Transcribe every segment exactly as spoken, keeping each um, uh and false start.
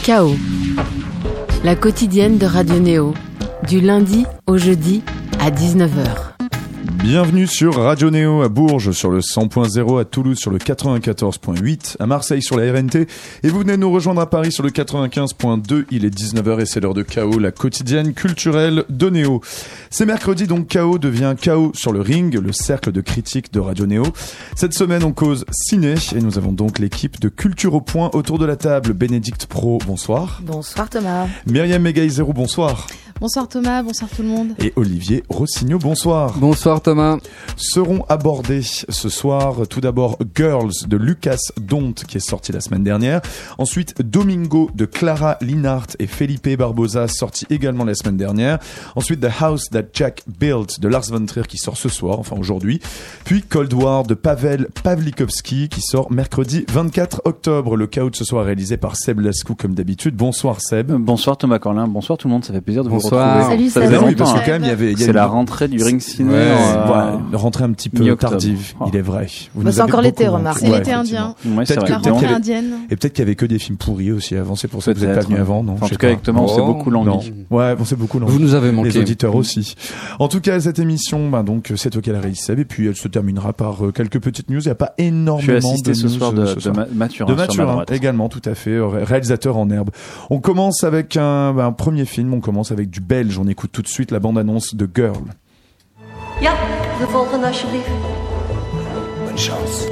K O, la quotidienne de Radio Néo, du lundi au jeudi à dix-neuf heures. Bienvenue sur Radio Néo à Bourges sur le cent point zéro, à Toulouse sur le quatre-vingt-quatorze point huit, à Marseille sur la R N T et vous venez nous rejoindre à Paris sur le quatre-vingt-quinze point deux. Il est dix-neuf heures et c'est l'heure de K O, la quotidienne culturelle de Néo. C'est mercredi, donc K O devient K O sur le ring, le cercle de critique de Radio Néo. Cette semaine on cause ciné et nous avons donc l'équipe de Culture au Point autour de la table. Bénédicte Pro, bonsoir. Bonsoir Thomas. Myriam Megaïzero, bonsoir. Bonsoir Thomas, bonsoir tout le monde. Et Olivier Rossignol, bonsoir. Bonsoir Thomas. Seront abordés ce soir tout d'abord Girls de Lucas Dont qui est sorti la semaine dernière. Ensuite Domingo de Clara Linhart et Felipe Barbosa sorti également la semaine dernière. Ensuite The House That Jack Built de Lars von Trier qui sort ce soir, enfin aujourd'hui. Puis Cold War de Pavel Pawlikowski qui sort mercredi vingt-quatre octobre. Le K O de ce soir réalisé par Seb Lascou comme d'habitude. Bonsoir Seb. Bonsoir Thomas Corlin, bonsoir tout le monde, ça fait plaisir de vous Bonsoir. retrouver. Salut, ça salut. faisait Oui, parce que longtemps, quand même il y avait, il y c'est avait la une... rentrée du ring ciné. Ouais, euh, ouais, rentrée un petit peu mi-octobre. tardive, Oh. il est vrai. Vous Bah, nous c'est avez encore l'été, beaucoup remarque. manqué. C'est l'été effectivement. indien. Ouais, c'est Peut-être vrai. que- La peut-être rentrée qu'il y avait- indienne. Et peut-être qu'il y avait que des films pourris aussi avant, c'est pour ça que vous n'êtes pas Peut-être, venu ouais. avant, non? En Je tout sais cas, pas. avec Thomas, on s'est beaucoup Non. langui. Ouais, on s'est beaucoup langui. Vous nous avez manqué. Les auditeurs aussi. En tout cas, cette émission, ben donc, c'est toi qui la réalise, Seb, et puis elle se terminera par euh, quelques petites news. Il n'y a pas Je énormément suis assisté de ce news soir euh, de, ce de soir. Ma- Mathurin De sur ma Mathurin, droite. également, tout à fait, euh, ré- réalisateur en herbe. On commence avec un, ben, un premier film, on commence avec du belge. On écoute tout de suite la bande-annonce de Girl. Ja, de volgende alsjeblieft. Bonne chance.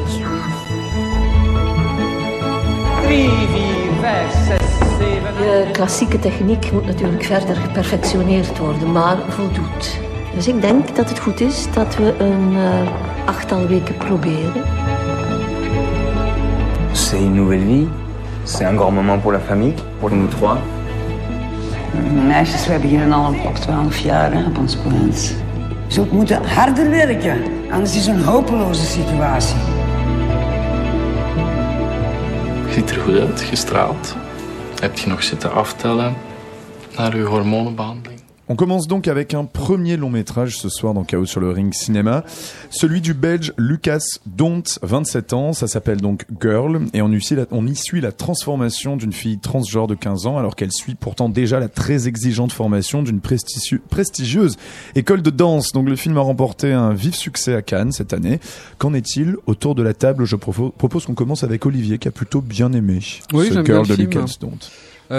Je klassieke techniek moet natuurlijk verder geperfectioneerd worden, maar voldoet. Dus ik denk dat het goed is dat we een uh, achttal weken proberen. C'est une nouvelle vie. C'est un grand moment pour la famille, pour nous trois. Meisjes, we hebben hier een al op twaalf jaar hè, op ons plaats. Zult moeten harder werken, anders is het een hopeloze situatie. Je ziet er goed uit, gestraald. Heb je nog zitten aftellen naar je hormonenbehandeling? On commence donc avec un premier long métrage ce soir dans K O sur le ring cinéma, celui du belge Lucas Dont, vingt-sept ans, ça s'appelle donc Girl, et on y suit la, on y suit la transformation d'une fille transgenre de quinze ans alors qu'elle suit pourtant déjà la très exigeante formation d'une prestigieux, prestigieuse école de danse. Donc le film a remporté un vif succès à Cannes cette année. Qu'en est-il autour de la table? Je propose, propose qu'on commence avec Olivier qui a plutôt bien aimé Oui, ce j'aime Girl bien de le film. Lucas Dont.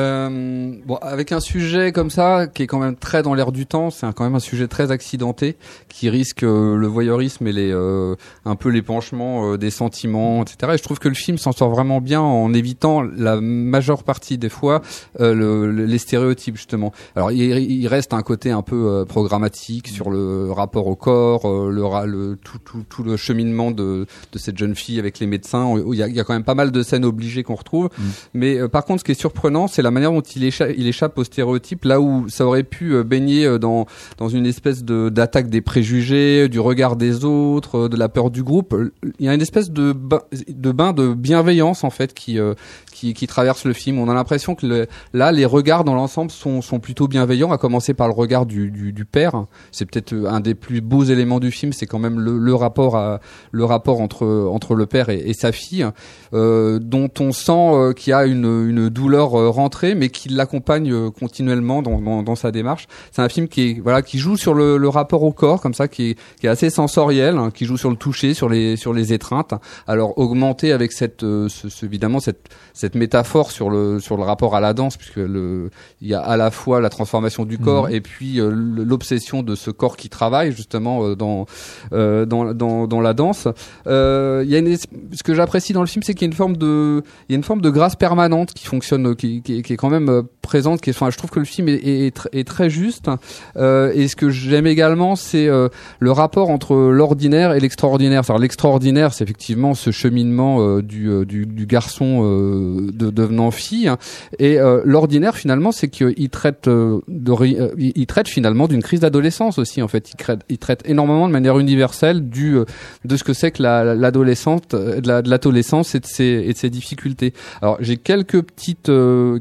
Euh, bon, avec un sujet comme ça, qui est quand même très dans l'air du temps, c'est un, quand même un sujet très accidenté, qui risque euh, le voyeurisme et les euh, un peu l'épanchement euh, des sentiments, et cetera. Et je trouve que le film s'en sort vraiment bien en évitant la majeure partie des fois euh, le, le, les stéréotypes justement. Alors il, il reste un côté un peu euh, programmatique sur le rapport au corps, euh, le, le tout, tout, tout le cheminement de, de cette jeune fille avec les médecins. Il y a, il y a quand même pas mal de scènes obligées qu'on retrouve, mmh. mais euh, par contre, ce qui est surprenant, c'est la manière dont il échappe, il échappe aux stéréotypes, là où ça aurait pu baigner dans dans une espèce de d'attaque des préjugés, du regard des autres, de la peur du groupe. Il y a une espèce de bain de, bain de bienveillance en fait qui euh, qui, qui traverse le film. On a l'impression que le, là, les regards dans l'ensemble sont sont plutôt bienveillants. À commencer par le regard du du, du père. C'est peut-être un des plus beaux éléments du film. C'est quand même le, le rapport à le rapport entre entre le père et, et sa fille, euh, dont on sent euh, qu'il y a une une douleur euh, rentrée, mais qui l'accompagne euh, continuellement dans, dans dans sa démarche. C'est un film qui est voilà qui joue sur le, le rapport au corps comme ça, qui est qui est assez sensoriel, hein, qui joue sur le toucher, sur les sur les étreintes. Alors augmenté avec cette euh, ce, ce, évidemment cette cette métaphore sur le sur le rapport à la danse, puisque le il y a à la fois la transformation du corps mmh. et puis euh, l'obsession de ce corps qui travaille justement euh, dans euh, dans dans dans la danse. Euh, il y a une, ce que j'apprécie dans le film, c'est qu'il y a une forme de il y a une forme de grâce permanente qui fonctionne, qui qui, qui est quand même présente. Qui est, enfin, je trouve que le film est est, est, tr- est très juste. Euh, et ce que j'aime également, c'est euh, le rapport entre l'ordinaire et l'extraordinaire. C'est-à-dire l'extraordinaire, c'est effectivement ce cheminement euh, du, euh, du du garçon euh, de, devenant fille, et euh, l'ordinaire finalement, c'est qu'il traite euh, de euh, il traite finalement d'une crise d'adolescence aussi. En fait, il, crée, il traite énormément de manière universelle du euh, de ce que c'est que la, l'adolescente, de, la, de l'adolescence et de ses et de ses difficultés. Alors j'ai quelques petites euh,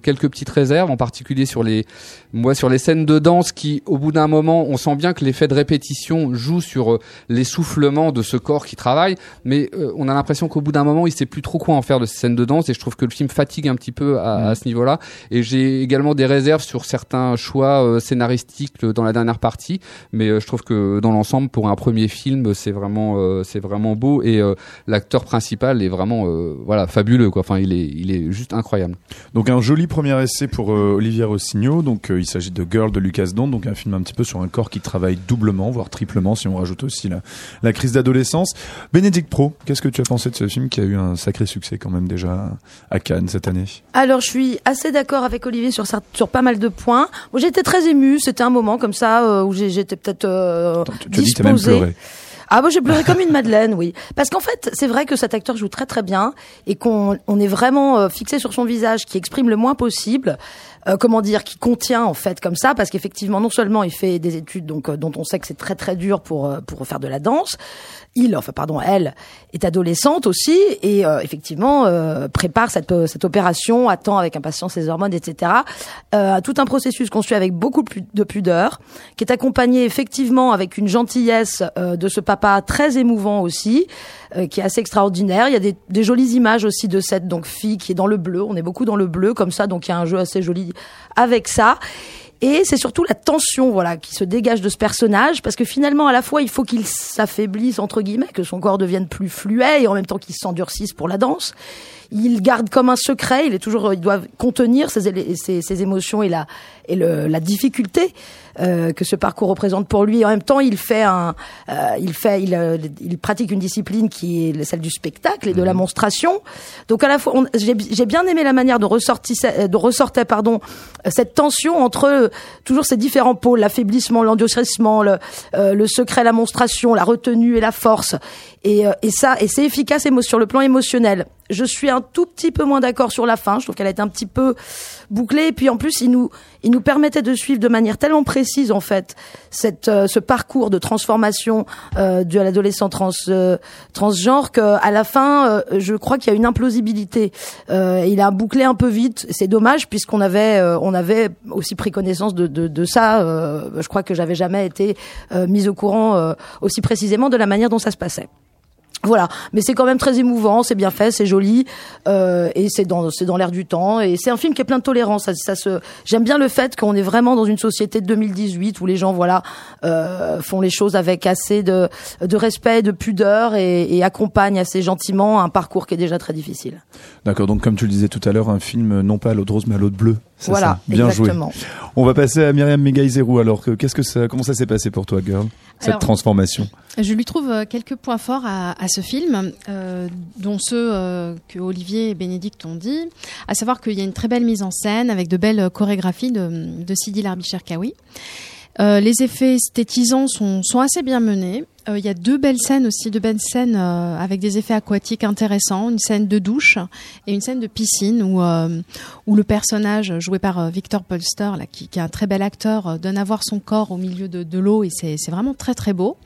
quelques petites réserves, en particulier sur les, moi sur les scènes de danse qui, au bout d'un moment, on sent bien que l'effet de répétition joue sur euh, l'essoufflement de ce corps qui travaille, mais euh, on a l'impression qu'au bout d'un moment, il sait plus trop quoi en faire de ces scènes de danse, et je trouve que le film fatigue un petit peu à, mmh. à ce niveau-là. Et j'ai également des réserves sur certains choix euh, scénaristiques dans la dernière partie, mais euh, je trouve que dans l'ensemble, pour un premier film, c'est vraiment, euh, c'est vraiment beau, et euh, l'acteur principal est vraiment, euh, voilà, fabuleux, quoi. Enfin, il est, il est juste incroyable. Donc un joli premier essai pour euh, Olivier Rossignol. Donc euh, il s'agit de Girl de Lucas Dont, donc un film un petit peu sur un corps qui travaille doublement, voire triplement, si on rajoute aussi la, la crise d'adolescence. Bénédicte Pro, qu'est-ce que tu as pensé de ce film qui a eu un sacré succès quand même déjà à Cannes cette année? Alors je suis assez d'accord avec Olivier sur, sur pas mal de points. Bon, j'étais très émue, c'était un moment comme ça euh, où j'étais peut-être euh, Attends, tu, tu disposée. As dit, t'as même pleuré. Ah bon, j'ai pleuré comme une madeleine, oui. Parce qu'en fait, c'est vrai que cet acteur joue très très bien et qu'on on est vraiment euh, fixé sur son visage, qui exprime le moins possible. Euh, comment dire, qui contient en fait comme ça, parce qu'effectivement, non seulement il fait des études donc euh, dont on sait que c'est très très dur pour euh, pour faire de la danse. Il, enfin pardon, elle est adolescente aussi et euh, effectivement euh, prépare cette cette opération, attend avec impatience ses hormones, et cetera. Euh, tout un processus qu'on suit avec beaucoup de pudeur, qui est accompagné effectivement avec une gentillesse euh, de ce papa très émouvant aussi, euh, qui est assez extraordinaire. Il y a des, des jolies images aussi de cette donc fille qui est dans le bleu. On est beaucoup dans le bleu comme ça, donc il y a un jeu assez joli avec ça. Et c'est surtout la tension, voilà, qui se dégage de ce personnage, parce que finalement, à la fois, il faut qu'il s'affaiblisse, entre guillemets, que son corps devienne plus fluet, et en même temps qu'il s'endurcisse pour la danse. Il garde comme un secret, il est toujours, il doit contenir ses, ses, ses émotions et la, et le, la difficulté euh, que ce parcours représente pour lui. Et en même temps, il fait un, euh, il fait, il, euh, il pratique une discipline qui est celle du spectacle et de la monstration. Donc à la fois, on, j'ai, j'ai bien aimé la manière de ressortir, de ressortir, pardon, cette tension entre toujours ces différents pôles, l'affaiblissement, l'endurcissement, le, euh, le secret, la monstration, la retenue et la force. Et, euh, et ça, et c'est efficace émo- sur le plan émotionnel. Je suis un tout petit peu moins d'accord sur la fin. Je trouve qu'elle a été un petit peu bouclée. Et puis en plus, il nous, il nous permettait de suivre de manière tellement précise en fait cette, euh, ce parcours de transformation euh, de l'adolescent trans, euh, transgenre qu'à la fin, euh, je crois qu'il y a une implausibilité. Euh, il a bouclé un peu vite. C'est dommage puisqu'on avait, euh, on avait aussi pris connaissance de, de, de ça. Euh, je crois que j'avais jamais été euh, mise au courant euh, aussi précisément de la manière dont ça se passait. Voilà, mais c'est quand même très émouvant, c'est bien fait, c'est joli, euh, et c'est dans c'est dans l'air du temps, et c'est un film qui est plein de tolérance. Ça, ça se, j'aime bien le fait qu'on est vraiment dans une société de deux mille dix-huit où les gens, voilà, euh, font les choses avec assez de de respect, de pudeur, et, et accompagnent assez gentiment un parcours qui est déjà très difficile. D'accord, donc comme tu le disais tout à l'heure, un film non pas à l'eau de rose mais à l'eau de bleu. C'est voilà, ça. Bien exactement. joué. On va passer à Myriam Megaïzerou. Alors, qu'est-ce que ça, comment ça s'est passé pour toi, Girl, cette Alors, transformation? Je lui trouve quelques points forts à, à ce film, euh, dont ceux euh, que Olivier et Bénédicte ont dit, à savoir qu'il y a une très belle mise en scène avec de belles chorégraphies de, de Sidi Larbi-Cherkaoui. Euh, les effets esthétisants sont, sont assez bien menés. Il euh, y a deux belles scènes aussi, deux belles scènes euh, avec des effets aquatiques intéressants. Une scène de douche et une scène de piscine où, euh, où le personnage joué par euh, Victor Polster, là, qui, qui est un très bel acteur, euh, donne à voir son corps au milieu de, de l'eau, et c'est, c'est vraiment très très beau.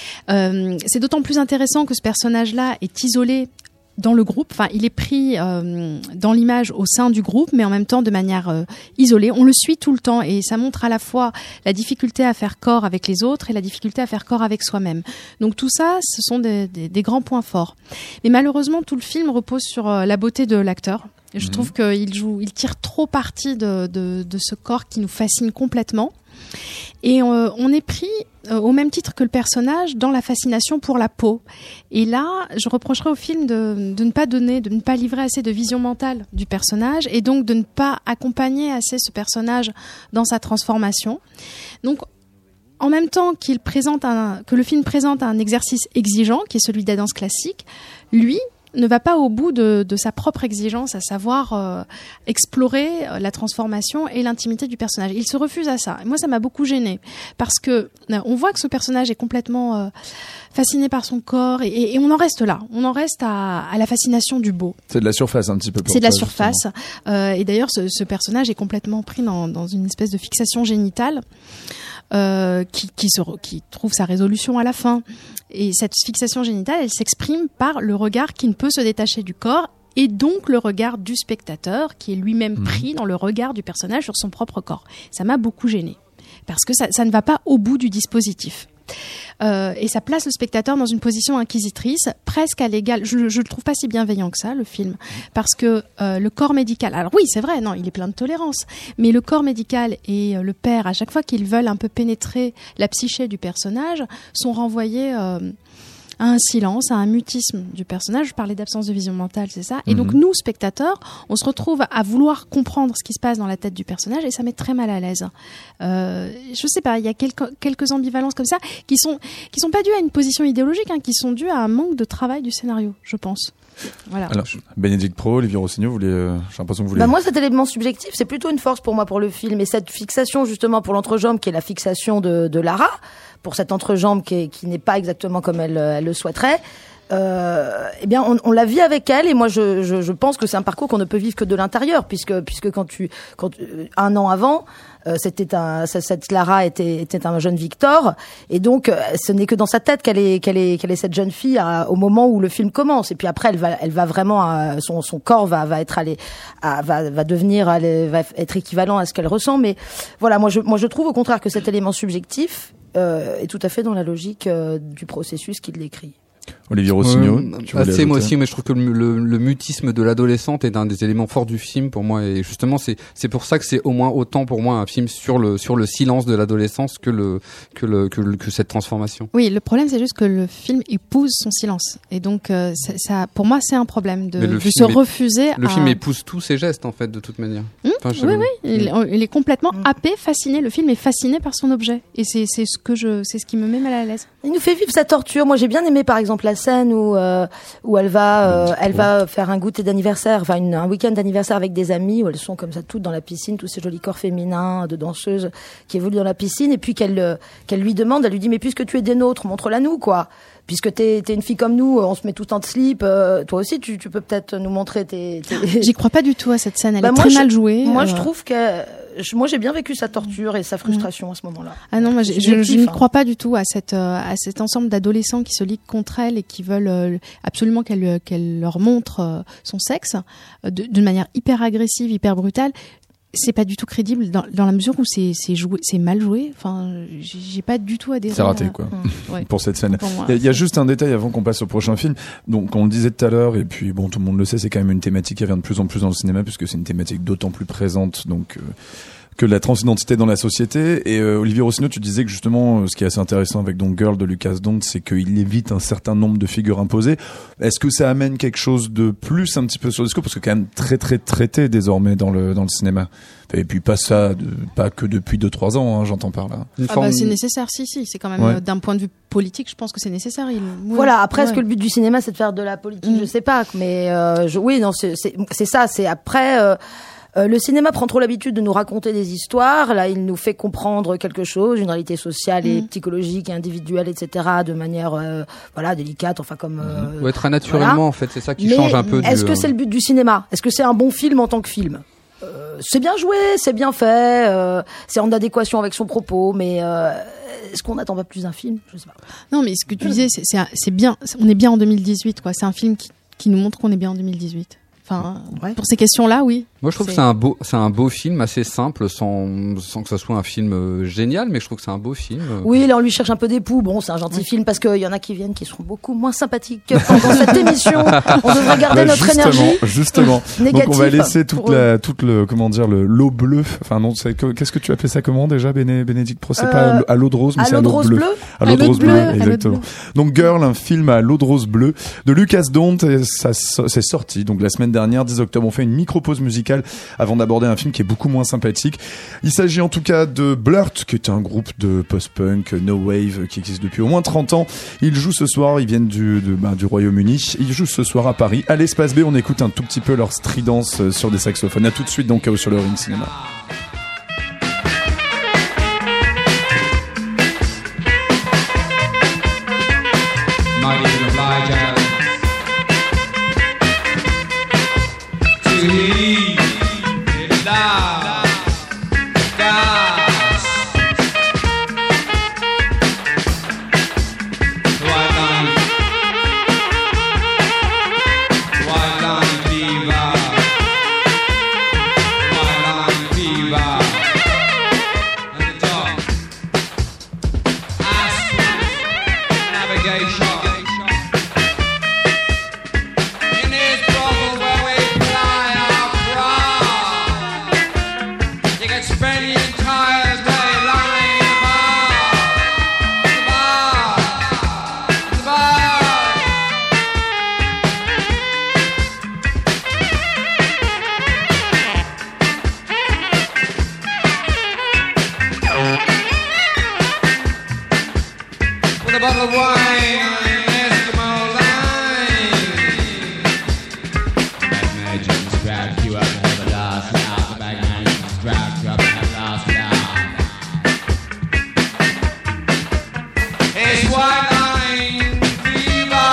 Euh, c'est d'autant plus intéressant que ce personnage-là est isolé dans le groupe, enfin il est pris euh, dans l'image au sein du groupe, mais en même temps de manière euh, isolée. On le suit tout le temps et ça montre à la fois la difficulté à faire corps avec les autres et la difficulté à faire corps avec soi-même. Donc tout ça, ce sont des, des, des grands points forts. Mais malheureusement, tout le film repose sur euh, la beauté de l'acteur. Je mmh. trouve qu'il joue, il tire trop parti de, de, de ce corps qui nous fascine complètement. Et euh, on est pris euh, au même titre que le personnage dans la fascination pour la peau. Et là, je reprocherais au film de, de ne pas donner, de ne pas livrer assez de vision mentale du personnage et donc de ne pas accompagner assez ce personnage dans sa transformation. Donc, en même temps qu'il présente un, que le film présente un exercice exigeant, qui est celui de la danse classique, lui ne va pas au bout de, de sa propre exigence, à savoir euh, explorer la transformation et l'intimité du personnage. Il se refuse à ça. Et moi, ça m'a beaucoup gênée parce que euh, on voit que ce personnage est complètement euh, fasciné par son corps et, et, et on en reste là. On en reste à, à la fascination du beau. C'est de la surface un petit peu. Pour C'est de la toi, surface. Euh, et d'ailleurs, ce, ce personnage est complètement pris dans, dans une espèce de fixation génitale. Euh, qui, qui, se, qui trouve sa résolution à la fin. Et cette fixation génitale, elle s'exprime par le regard qui ne peut se détacher du corps et donc le regard du spectateur qui est lui-même Mmh. pris dans le regard du personnage sur son propre corps. Ça m'a beaucoup gênée parce que ça, ça ne va pas au bout du dispositif. Euh, et ça place le spectateur dans une position inquisitrice, presque à l'égal. Je ne le trouve pas si bienveillant que ça, le film, parce que euh, le corps médical. Alors oui, c'est vrai, non, il est plein de tolérance, mais le corps médical et euh, le père, à chaque fois qu'ils veulent un peu pénétrer la psyché du personnage, sont renvoyés euh, à un silence, à un mutisme du personnage. Je parlais d'absence de vision mentale, c'est ça. Et Mhm. donc nous, spectateurs, on se retrouve à vouloir comprendre ce qui se passe dans la tête du personnage, et ça met très mal à l'aise. Euh, je sais pas, il y a quelques, quelques ambivalences comme ça qui sont qui sont pas dues à une position idéologique, hein, qui sont dues à un manque de travail du scénario, je pense. Voilà. Alors, Bénédicte Pro, Olivier Rossignol, vous voulez, euh, j'ai l'impression que vous voulez. Bah moi, cet élément subjectif, c'est plutôt une force pour moi pour le film. Et cette fixation, justement, pour l'entrejambe, qui est la fixation de, de Lara, pour cette entrejambe qui, est, qui n'est pas exactement comme elle, elle le souhaiterait, euh, eh bien, on, on la vit avec elle. Et moi, je, je, je pense que c'est un parcours qu'on ne peut vivre que de l'intérieur, puisque, puisque quand tu, quand, un an avant, Euh, c'était un, cette Lara était, était un jeune Victor, et donc euh, ce n'est que dans sa tête qu'elle est, qu'elle est, qu'elle est cette jeune fille à, au moment où le film commence. Et puis après, elle va, elle va vraiment, à, son, son corps va, va être allé, à, va, va devenir, allé, va être équivalent à ce qu'elle ressent. Mais voilà, moi je, moi je trouve au contraire que cet élément subjectif euh, est tout à fait dans la logique euh, du processus qui l'écrit. Olivier Rossignol, euh, tu voulais assez moi ajouter aussi, mais je trouve que le, le, le mutisme de l'adolescente est un des éléments forts du film pour moi, et justement c'est c'est pour ça que c'est au moins autant pour moi un film sur le sur le silence de l'adolescence que le que le que, le, que cette transformation. Oui, le problème c'est juste que le film épouse son silence, et donc euh, ça, ça pour moi c'est un problème de, de se refuser. Le à... film épouse tous ses gestes en fait de toute manière. Mmh, enfin, oui, oui, il, il est complètement mmh. happé, fasciné. Le film est fasciné par son objet, et c'est c'est ce que je c'est ce qui me met mal à l'aise. Il nous fait vivre sa torture. Moi, j'ai bien aimé, par exemple, la scène où euh, où elle va euh, elle va faire un goûter d'anniversaire, enfin une, un week-end d'anniversaire avec des amis où elles sont comme ça toutes dans la piscine, tous ces jolis corps féminins de danseuses qui évoluent dans la piscine, et puis qu'elle euh, qu'elle lui demande, elle lui dit mais puisque tu es des nôtres, montre-la nous quoi. Puisque t'es t'es une fille comme nous, on se met tout en slip. Euh, toi aussi, tu tu peux peut-être nous montrer tes. tes... J'y crois pas du tout à cette scène. Elle bah est moi, très je, mal jouée. Moi, euh... je trouve que je, moi j'ai bien vécu sa torture et sa frustration mmh. à ce moment-là. Ah non, moi je, je, je n'y crois pas du tout à cette euh, à cet ensemble d'adolescents qui se liguent contre elle et qui veulent euh, absolument qu'elle qu'elle leur montre euh, son sexe euh, d'une manière hyper agressive, hyper brutale. C'est pas du tout crédible dans, dans la mesure où c'est c'est joué, c'est mal joué. Enfin, j'ai, j'ai pas du tout adhéré. C'est raté à... quoi. Mmh, ouais. Pour cette scène. Pour moi, il y a, y a juste un détail avant qu'on passe au prochain film. Donc, on le disait tout à l'heure, et puis bon, tout le monde le sait, c'est quand même une thématique qui revient de plus en plus dans le cinéma, puisque c'est une thématique d'autant plus présente. Donc. Euh, que la transidentité dans la société. Et euh, Olivier Rossignol, tu disais que justement, euh, ce qui est assez intéressant avec donc Girl de Lucas Dont, c'est qu'il évite un certain nombre de figures imposées. Est-ce que ça amène quelque chose de plus un petit peu sur le discours, parce que quand même très très traité désormais dans le dans le cinéma. Et puis pas ça, de, pas que depuis deux trois ans, hein, j'entends par là. Ah bah c'est nécessaire, si si, c'est quand même ouais. euh, d'un point de vue politique, je pense que c'est nécessaire. Il... Ouais. Voilà. Après, ouais. est-ce que le but du cinéma c'est de faire de la politique, mmh. je sais pas, mais euh, je, oui, non, c'est c'est, c'est ça. C'est après. Euh, Euh, le cinéma prend trop l'habitude de nous raconter des histoires. Là, il nous fait comprendre quelque chose, une réalité sociale et mmh. psychologique et individuelle, et cetera, de manière, euh, voilà, délicate, enfin comme. Euh, ouais, très naturellement, voilà. En fait, c'est ça qui Mais change un peu. Est-ce du, que c'est le but du cinéma ? Est-ce que c'est un bon film en tant que film ? euh, C'est bien joué, c'est bien fait, euh, c'est en adéquation avec son propos, mais euh, est-ce qu'on n'attend pas plus d'un film ? Je sais pas. Non, mais ce que tu disais, c'est, c'est, c'est bien. On est bien en deux mille dix-huit, quoi. C'est un film qui, qui nous montre qu'on est bien en deux mille dix-huit. Enfin, ouais. Pour ces questions-là, oui. Moi, je trouve c'est... que c'est un beau, c'est un beau film assez simple, sans, sans que ça soit un film euh, génial, mais je trouve que c'est un beau film. Oui, là, on lui cherche un peu d'époux. Bon, c'est un gentil oui. film parce qu'il y en a qui viennent qui seront beaucoup moins sympathiques pendant cette émission. On devrait garder bah, notre justement, énergie. Justement. Donc, on va laisser toute la, toute le, comment dire, le, l'eau bleue. Enfin, non, c'est, qu'est-ce que tu appelais ça comment déjà, Béné, Bénédicte Pro? C'est euh, pas à l'eau de rose, mais c'est à l'eau de rose bleue. À l'eau de rose bleue, exactement. Donc, Girl, un film à l'eau de rose bleue de Lucas Dont, et ça, c'est sorti. Donc, la semaine dernière, dix octobre, on fait une micro-pause musicale avant d'aborder un film qui est beaucoup moins sympathique. Il s'agit en tout cas de Blurt, qui est un groupe de post-punk, no wave, qui existe depuis au moins trente ans. Ils jouent ce soir, ils viennent du, de, bah, du Royaume-Uni. Ils jouent ce soir à Paris. À l'Espace B, on écoute un tout petit peu leur stridence sur des saxophones. À tout de suite, donc, Chaos sur le Ring Cinéma. Why can't it be can't spend the entire day lying in a bar. The bar. The bar. With a bottle of wine and an Eskimo line. Bagman just strapped you up and have a last laugh. The bagman just strapped you up and have a last laugh. It's white line fever.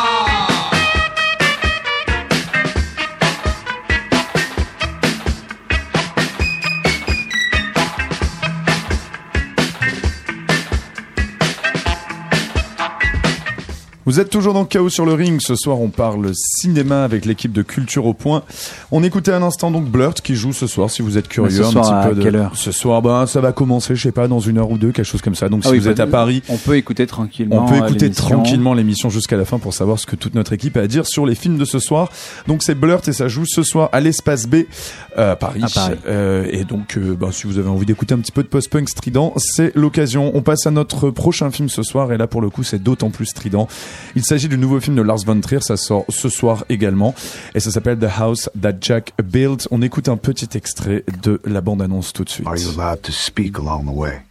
Vous êtes toujours dans Chaos sur le ring. Ce soir, on parle cinéma avec l'équipe de Culture au Point. On écoutait un instant donc Blurt qui joue ce soir, si vous êtes curieux. Mais ce soir, un petit à peu de... quelle heure ? Ce soir, ben, ça va commencer, je sais pas, dans une heure ou deux, quelque chose comme ça. Donc, Ah si oui, vous êtes à Paris, on peut écouter tranquillement. on peut écouter l'émission. tranquillement l'émission jusqu'à la fin pour savoir ce que toute notre équipe a à dire sur les films de ce soir. Donc, c'est Blurt et ça joue ce soir à l'Espace B euh, à Paris. À Paris. Euh, et donc, euh, ben, si vous avez envie d'écouter un petit peu de post-punk strident, c'est l'occasion. On passe à notre prochain film ce soir et là, pour le coup, c'est d'autant plus strident. Il s'agit du nouveau film de Lars von Trier. Ça sort ce soir également et ça s'appelle The House That Jack Built. On écoute un petit extrait de la bande-annonce tout de suite. Are you allowed to speak along the way?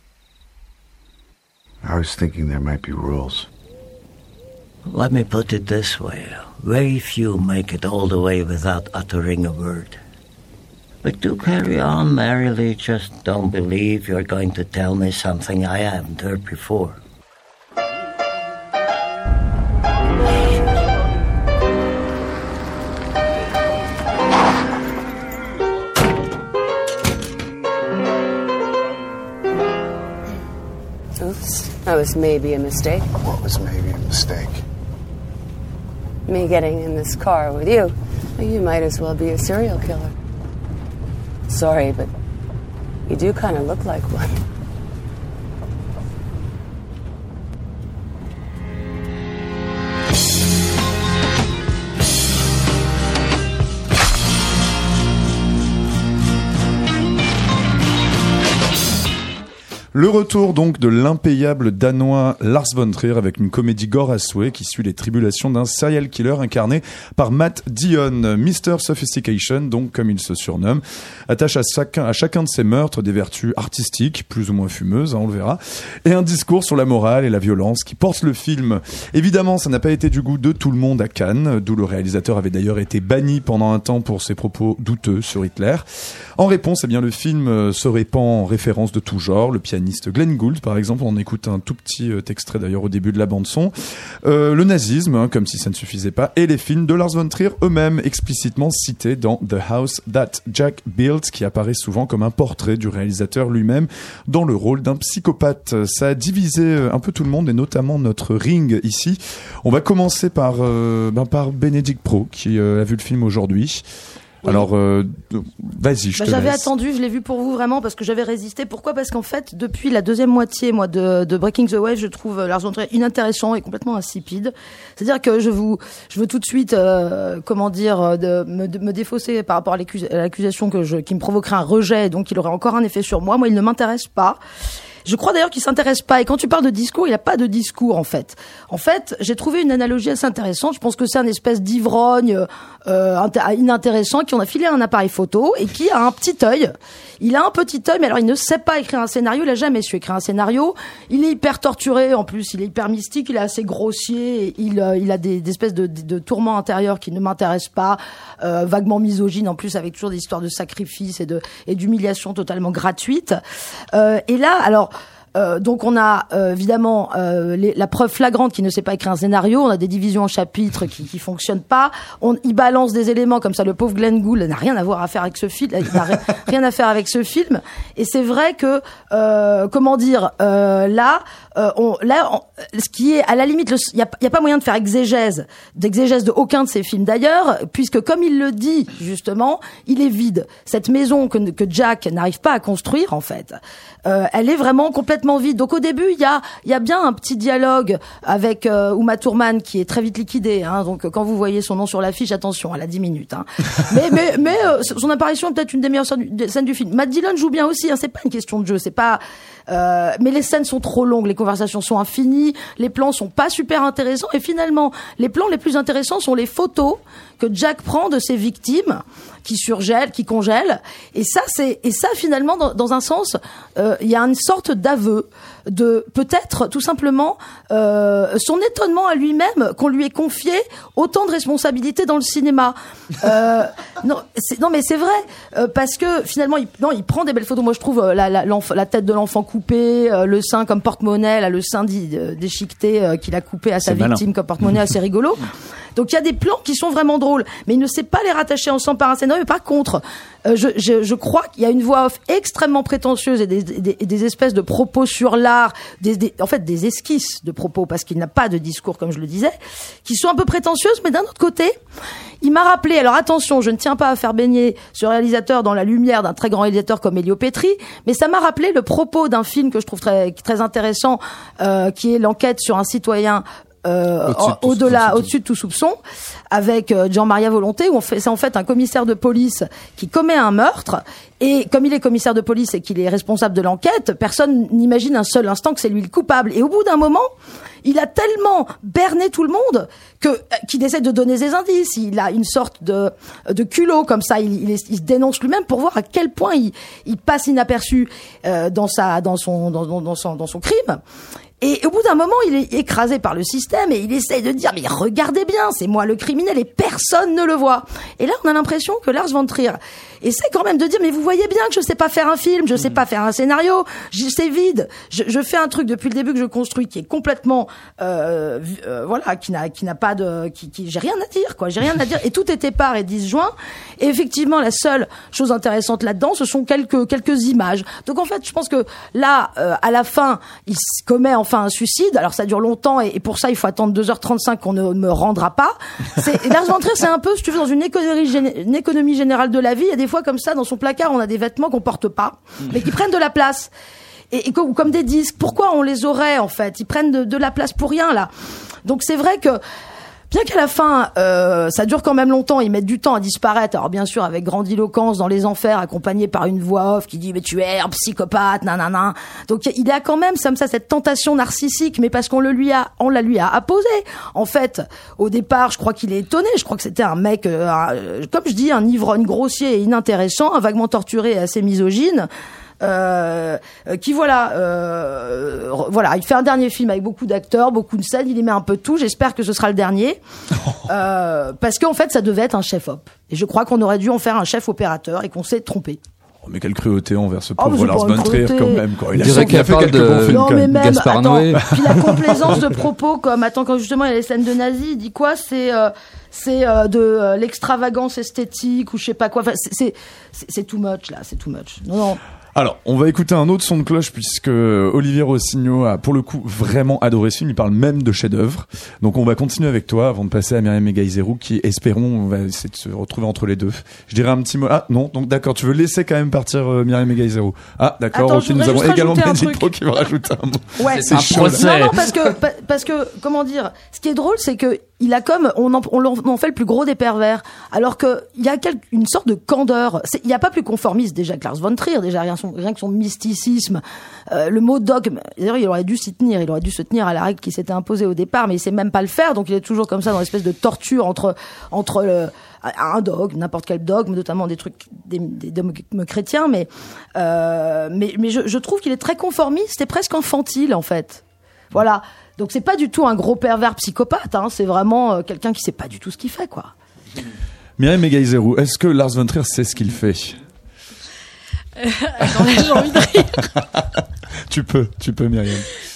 I was thinking there might be rules. Let me put it this way. Very few make it all the way without uttering a word. But do carry on merrily. Just don't believe you're going to tell me something I haven't heard before. Oops, that was maybe a mistake. What was maybe a mistake? Me getting in this car with you. You might as well be a serial killer. Sorry, but you do kind of look like one. Le retour donc de l'impayable danois Lars von Trier avec une comédie gore à souhait qui suit les tribulations d'un serial killer incarné par Matt Dillon. mister Sophistication, donc comme il se surnomme, attache à chacun, à chacun de ses meurtres des vertus artistiques, plus ou moins fumeuses, hein, on le verra, et un discours sur la morale et la violence qui porte le film. Évidemment, ça n'a pas été du goût de tout le monde à Cannes, d'où le réalisateur avait d'ailleurs été banni pendant un temps pour ses propos douteux sur Hitler. En réponse, eh bien, le film se répand en références de tout genre, le pianiste Glenn Gould, par exemple, on écoute un tout petit euh, extrait d'ailleurs au début de la bande-son, euh, le nazisme, hein, comme si ça ne suffisait pas, et les films de Lars von Trier eux-mêmes explicitement cités dans The House That Jack Built, qui apparaît souvent comme un portrait du réalisateur lui-même dans le rôle d'un psychopathe. Ça a divisé un peu tout le monde et notamment notre ring ici. On va commencer par, euh, ben, par Bénédicte Pro qui euh, a vu le film aujourd'hui. Oui. Alors, euh, vas-y, je bah, te j'avais laisse. attendu, je l'ai vu pour vous vraiment parce que j'avais résisté. Pourquoi ? Parce qu'en fait, depuis la deuxième moitié, moi, de, de Breaking the Wave, je trouve Lars von Trier inintéressant et complètement insipide. C'est-à-dire que je vous, je veux tout de suite, euh, comment dire, de me, de me défausser par rapport à, l'accus- à l'accusation que je, qui me provoquerait un rejet, donc il aurait encore un effet sur moi. Moi, il ne m'intéresse pas. Je crois d'ailleurs qu'il s'intéresse pas. Et quand tu parles de discours, il n'y a pas de discours en fait. En fait, j'ai trouvé une analogie assez intéressante. Je pense que c'est un espèce d'ivrogne euh, inté- inintéressant qui on a filé un appareil photo et qui a un petit œil. Il a un petit œil, mais alors il ne sait pas écrire un scénario. Il a jamais su écrire un scénario. Il est hyper torturé. En plus, il est hyper mystique. Il est assez grossier. Et il, euh, il a des, des espèces de, de, de tourments intérieurs qui ne m'intéressent pas. Euh, vaguement misogyne en plus, avec toujours des histoires de sacrifice et de et d'humiliation totalement gratuite. Euh, et là, alors. Euh, donc on a euh, évidemment euh, les, la preuve flagrante qu'il ne sait pas écrire un scénario. On a des divisions en chapitres qui qui fonctionnent pas. On il balance des éléments comme ça. Le pauvre Glenn Gould n'a rien à voir à faire avec ce film. Il n'a rien à faire avec ce film. Et c'est vrai que euh, comment dire euh, là. Euh, on, là, on, ce qui est à la limite, il y a, y a pas moyen de faire exégèse, d'exégèse de aucun de ces films d'ailleurs, puisque comme il le dit justement, il est vide. Cette maison que, que Jack n'arrive pas à construire en fait, euh, elle est vraiment complètement complètement vide. Donc au début, il y a, il y a bien un petit dialogue avec euh, Uma Thurman qui est très vite liquidée. Hein, donc quand vous voyez son nom sur l'affiche, attention, elle a dix minutes. Hein. mais mais, mais euh, son apparition est peut-être une des meilleures scènes du, scènes du film. Matt Dillon joue bien aussi. Hein, c'est pas une question de jeu. C'est pas. Euh, mais les scènes sont trop longues, les conversations sont infinies, les plans sont pas super intéressants. Et finalement, les plans les plus intéressants sont les photos que Jack prend de ses victimes, qui surgèlent, qui congèlent. Et ça, c'est et ça finalement, dans, dans un sens, il euh, y a une sorte d'aveu de peut-être tout simplement euh, son étonnement à lui-même qu'on lui ait confié autant de responsabilités dans le cinéma. Euh, non, c'est, non, mais c'est vrai euh, parce que finalement, il, non, il prend des belles photos. Moi, je trouve la, la, la tête de l'enfant coupée, euh, le sein comme porte-monnaie, là, le sein déchiqueté euh, qu'il a coupé à sa c'est victime malin. Comme porte-monnaie, assez rigolo. Donc il y a des plans qui sont vraiment drôles, mais il ne sait pas les rattacher ensemble par un scénario. Mais par contre, euh, je, je, je crois qu'il y a une voix off extrêmement prétentieuse et des, des, des espèces de propos sur l'art, des, des, en fait des esquisses de propos, parce qu'il n'a pas de discours, comme je le disais, qui sont un peu prétentieuses, mais d'un autre côté, il m'a rappelé, alors attention, je ne tiens pas à faire baigner ce réalisateur dans la lumière d'un très grand réalisateur comme Elio Petri, mais ça m'a rappelé le propos d'un film que je trouve très, très intéressant, euh, qui est l'enquête sur un citoyen Euh, au-dessus, de au-delà, au-dessus de tout soupçon, avec euh, Jean-Maria Volonté, où on fait, c'est en fait un commissaire de police qui commet un meurtre, et comme il est commissaire de police et qu'il est responsable de l'enquête, personne n'imagine un seul instant que c'est lui le coupable. Et au bout d'un moment, il a tellement berné tout le monde que qu'il essaie de donner des indices. Il a une sorte de de culot comme ça. Il, il, il se dénonce lui-même pour voir à quel point il, il passe inaperçu euh, dans sa dans son dans, dans son dans son crime. Et au bout d'un moment, il est écrasé par le système et il essaye de dire, mais regardez bien, c'est moi le criminel et personne ne le voit. Et là, on a l'impression que Lars von Trier essaie quand même de dire, mais vous voyez bien que je sais pas faire un film, je sais pas faire un scénario, c'est vide. Je, je fais un truc depuis le début que je construis qui est complètement, euh, euh, voilà, qui n'a, qui n'a pas de, qui, qui, j'ai rien à dire, quoi, j'ai rien à dire. Et tout est épars et disjoint. Et effectivement, la seule chose intéressante là-dedans, ce sont quelques, quelques images. Donc en fait, je pense que là, euh, à la fin, il se commet en un suicide. Alors ça dure longtemps et, et pour ça il faut attendre deux heures trente-cinq qu'on ne me rendra pas. C'est, Lars von Trier, c'est un peu, si tu veux, dans une économie, gén- une économie générale de la vie. Il y a des fois comme ça dans son placard on a des vêtements qu'on porte pas mais qui prennent de la place. Et, et comme, comme des disques. Pourquoi on les aurait en fait? Ils prennent de, de la place pour rien là. Donc c'est vrai que bien qu'à la fin, euh, ça dure quand même longtemps, ils mettent du temps à disparaître. Alors bien sûr, avec grandiloquence dans les enfers, accompagné par une voix off qui dit mais tu es un psychopathe, nanana. Donc il y a quand même comme ça cette tentation narcissique, mais parce qu'on le lui a, on la lui a apposé. En fait, au départ, je crois qu'il est étonné. Je crois que c'était un mec, euh, un, comme je dis, un ivrogne grossier et inintéressant, un vaguement torturé et assez misogyne. Euh, qui voilà, euh, voilà, il fait un dernier film avec beaucoup d'acteurs, beaucoup de scènes, il y met un peu de tout. J'espère que ce sera le dernier, euh, parce qu'en fait, ça devait être un chef-op. Et je crois qu'on aurait dû en faire un chef opérateur et qu'on s'est trompé. Oh, mais quelle cruauté envers ce Oh, pauvre mais Lars c'est pas von une Trier cruauté. quand même. Quoi. Il On a, dirait il a qu'il fait parle quelques de- bons films Non quand mais même. même, Gaspard attends, Noé. puis la complaisance de propos comme, attends, quand justement il y a les scènes de nazis, il dit quoi? C'est euh, c'est euh, de euh, l'extravagance esthétique ou je sais pas quoi. Enfin, c'est c'est c'est, c'est too much là, c'est too much. Non non. Alors, on va écouter un autre son de cloche puisque Olivier Rossignol a pour le coup vraiment adoré ce film. Il parle même de chef-d'œuvre. Donc, on va continuer avec toi avant de passer à Myriam Megaïzerou qui, espérons, on va essayer de se retrouver entre les deux. Je dirais un petit mot. Ah non, donc d'accord, tu veux laisser quand même partir euh, Myriam Megaïzerou. Ah d'accord, Attends, ok, je nous voudrais avons juste également rajouter un Benji truc. Pro qui va rajouter un mot. Ouais. C'est chaud. Non, non, parce que, pa- parce que, comment dire, ce qui est drôle, c'est que il a comme, on en, on en fait le plus gros des pervers, alors que il y a quelque, une sorte de candeur. Il n'y a pas plus conformiste déjà que Lars von Trier, déjà rien, son, rien que son mysticisme, euh, le mot dogme. D'ailleurs, il aurait dû s'y tenir, il aurait dû se tenir à la règle qui s'était imposée au départ, mais il sait même pas le faire, donc il est toujours comme ça dans l'espèce de torture entre, entre le, un dogme, n'importe quel dogme, notamment des trucs, des, des dogmes chrétiens, mais, euh, mais, mais je, je trouve qu'il est très conformiste et presque infantile en fait. Voilà. Donc c'est pas du tout un gros pervers psychopathe, hein. C'est vraiment euh, quelqu'un qui sait pas du tout ce qu'il fait, quoi. Myriam Megaïzerou, est-ce que Lars von Trier sait ce qu'il fait? Euh, attends, là, j'ai envie de rire. Tu peux, tu peux, Myriam.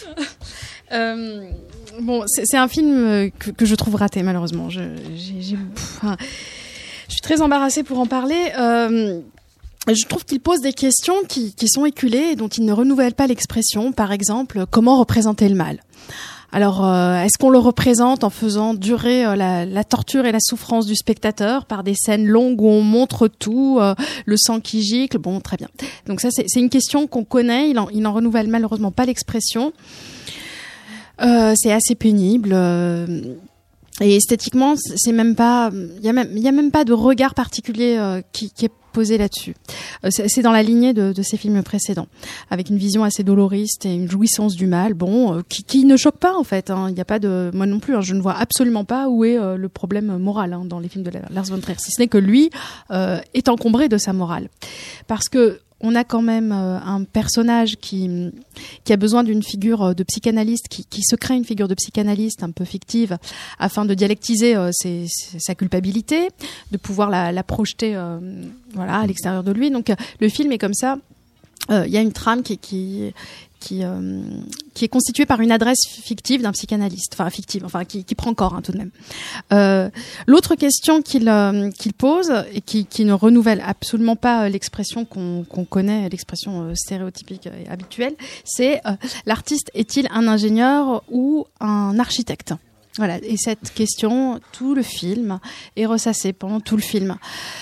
Euh, bon, c'est, c'est un film que, que je trouve raté, malheureusement. Je, j'ai, j'ai, pff, enfin, je suis très embarrassée pour en parler. Euh, je trouve qu'il pose des questions qui, qui sont éculées et dont il ne renouvelle pas l'expression. Par exemple, comment représenter le mal ? Alors, euh, est-ce qu'on le représente en faisant durer euh, la, la torture et la souffrance du spectateur par des scènes longues où on montre tout, euh, le sang qui gicle? Bon, très bien. Donc ça, c'est, c'est une question qu'on connaît. Il en, il en renouvelle malheureusement pas l'expression. Euh, c'est assez pénible. Euh, et esthétiquement, c'est même pas. Il y a même, il y a même pas de regard particulier euh, qui, qui est posé là-dessus. Euh, c'est, c'est dans la lignée de, de ces films précédents, avec une vision assez doloriste et une jouissance du mal, bon, euh, qui, qui ne choque pas en fait. Hein. Il n'y a pas de, moi non plus, hein, je ne vois absolument pas où est euh, le problème moral hein, dans les films de Lars von Trier, si ce n'est que lui euh, est encombré de sa morale, parce que on a quand même euh, un personnage qui qui a besoin d'une figure de psychanalyste, qui, qui se crée une figure de psychanalyste un peu fictive afin de dialectiser euh, ses, ses, sa culpabilité, de pouvoir la, la projeter euh, voilà à l'extérieur de lui. Donc euh, le film est comme ça. Il euh, y a une trame qui qui qui, euh, qui est constituée par une adresse fictive d'un psychanalyste, enfin fictive, enfin qui, qui prend corps hein, tout de même. Euh, l'autre question qu'il euh, qu'il pose et qui, qui ne renouvelle absolument pas l'expression qu'on, qu'on connaît, l'expression euh, stéréotypique et habituelle, c'est euh, l'artiste est-il un ingénieur ou un architecte? Voilà, et cette question, tout le film est ressassé pendant tout le film.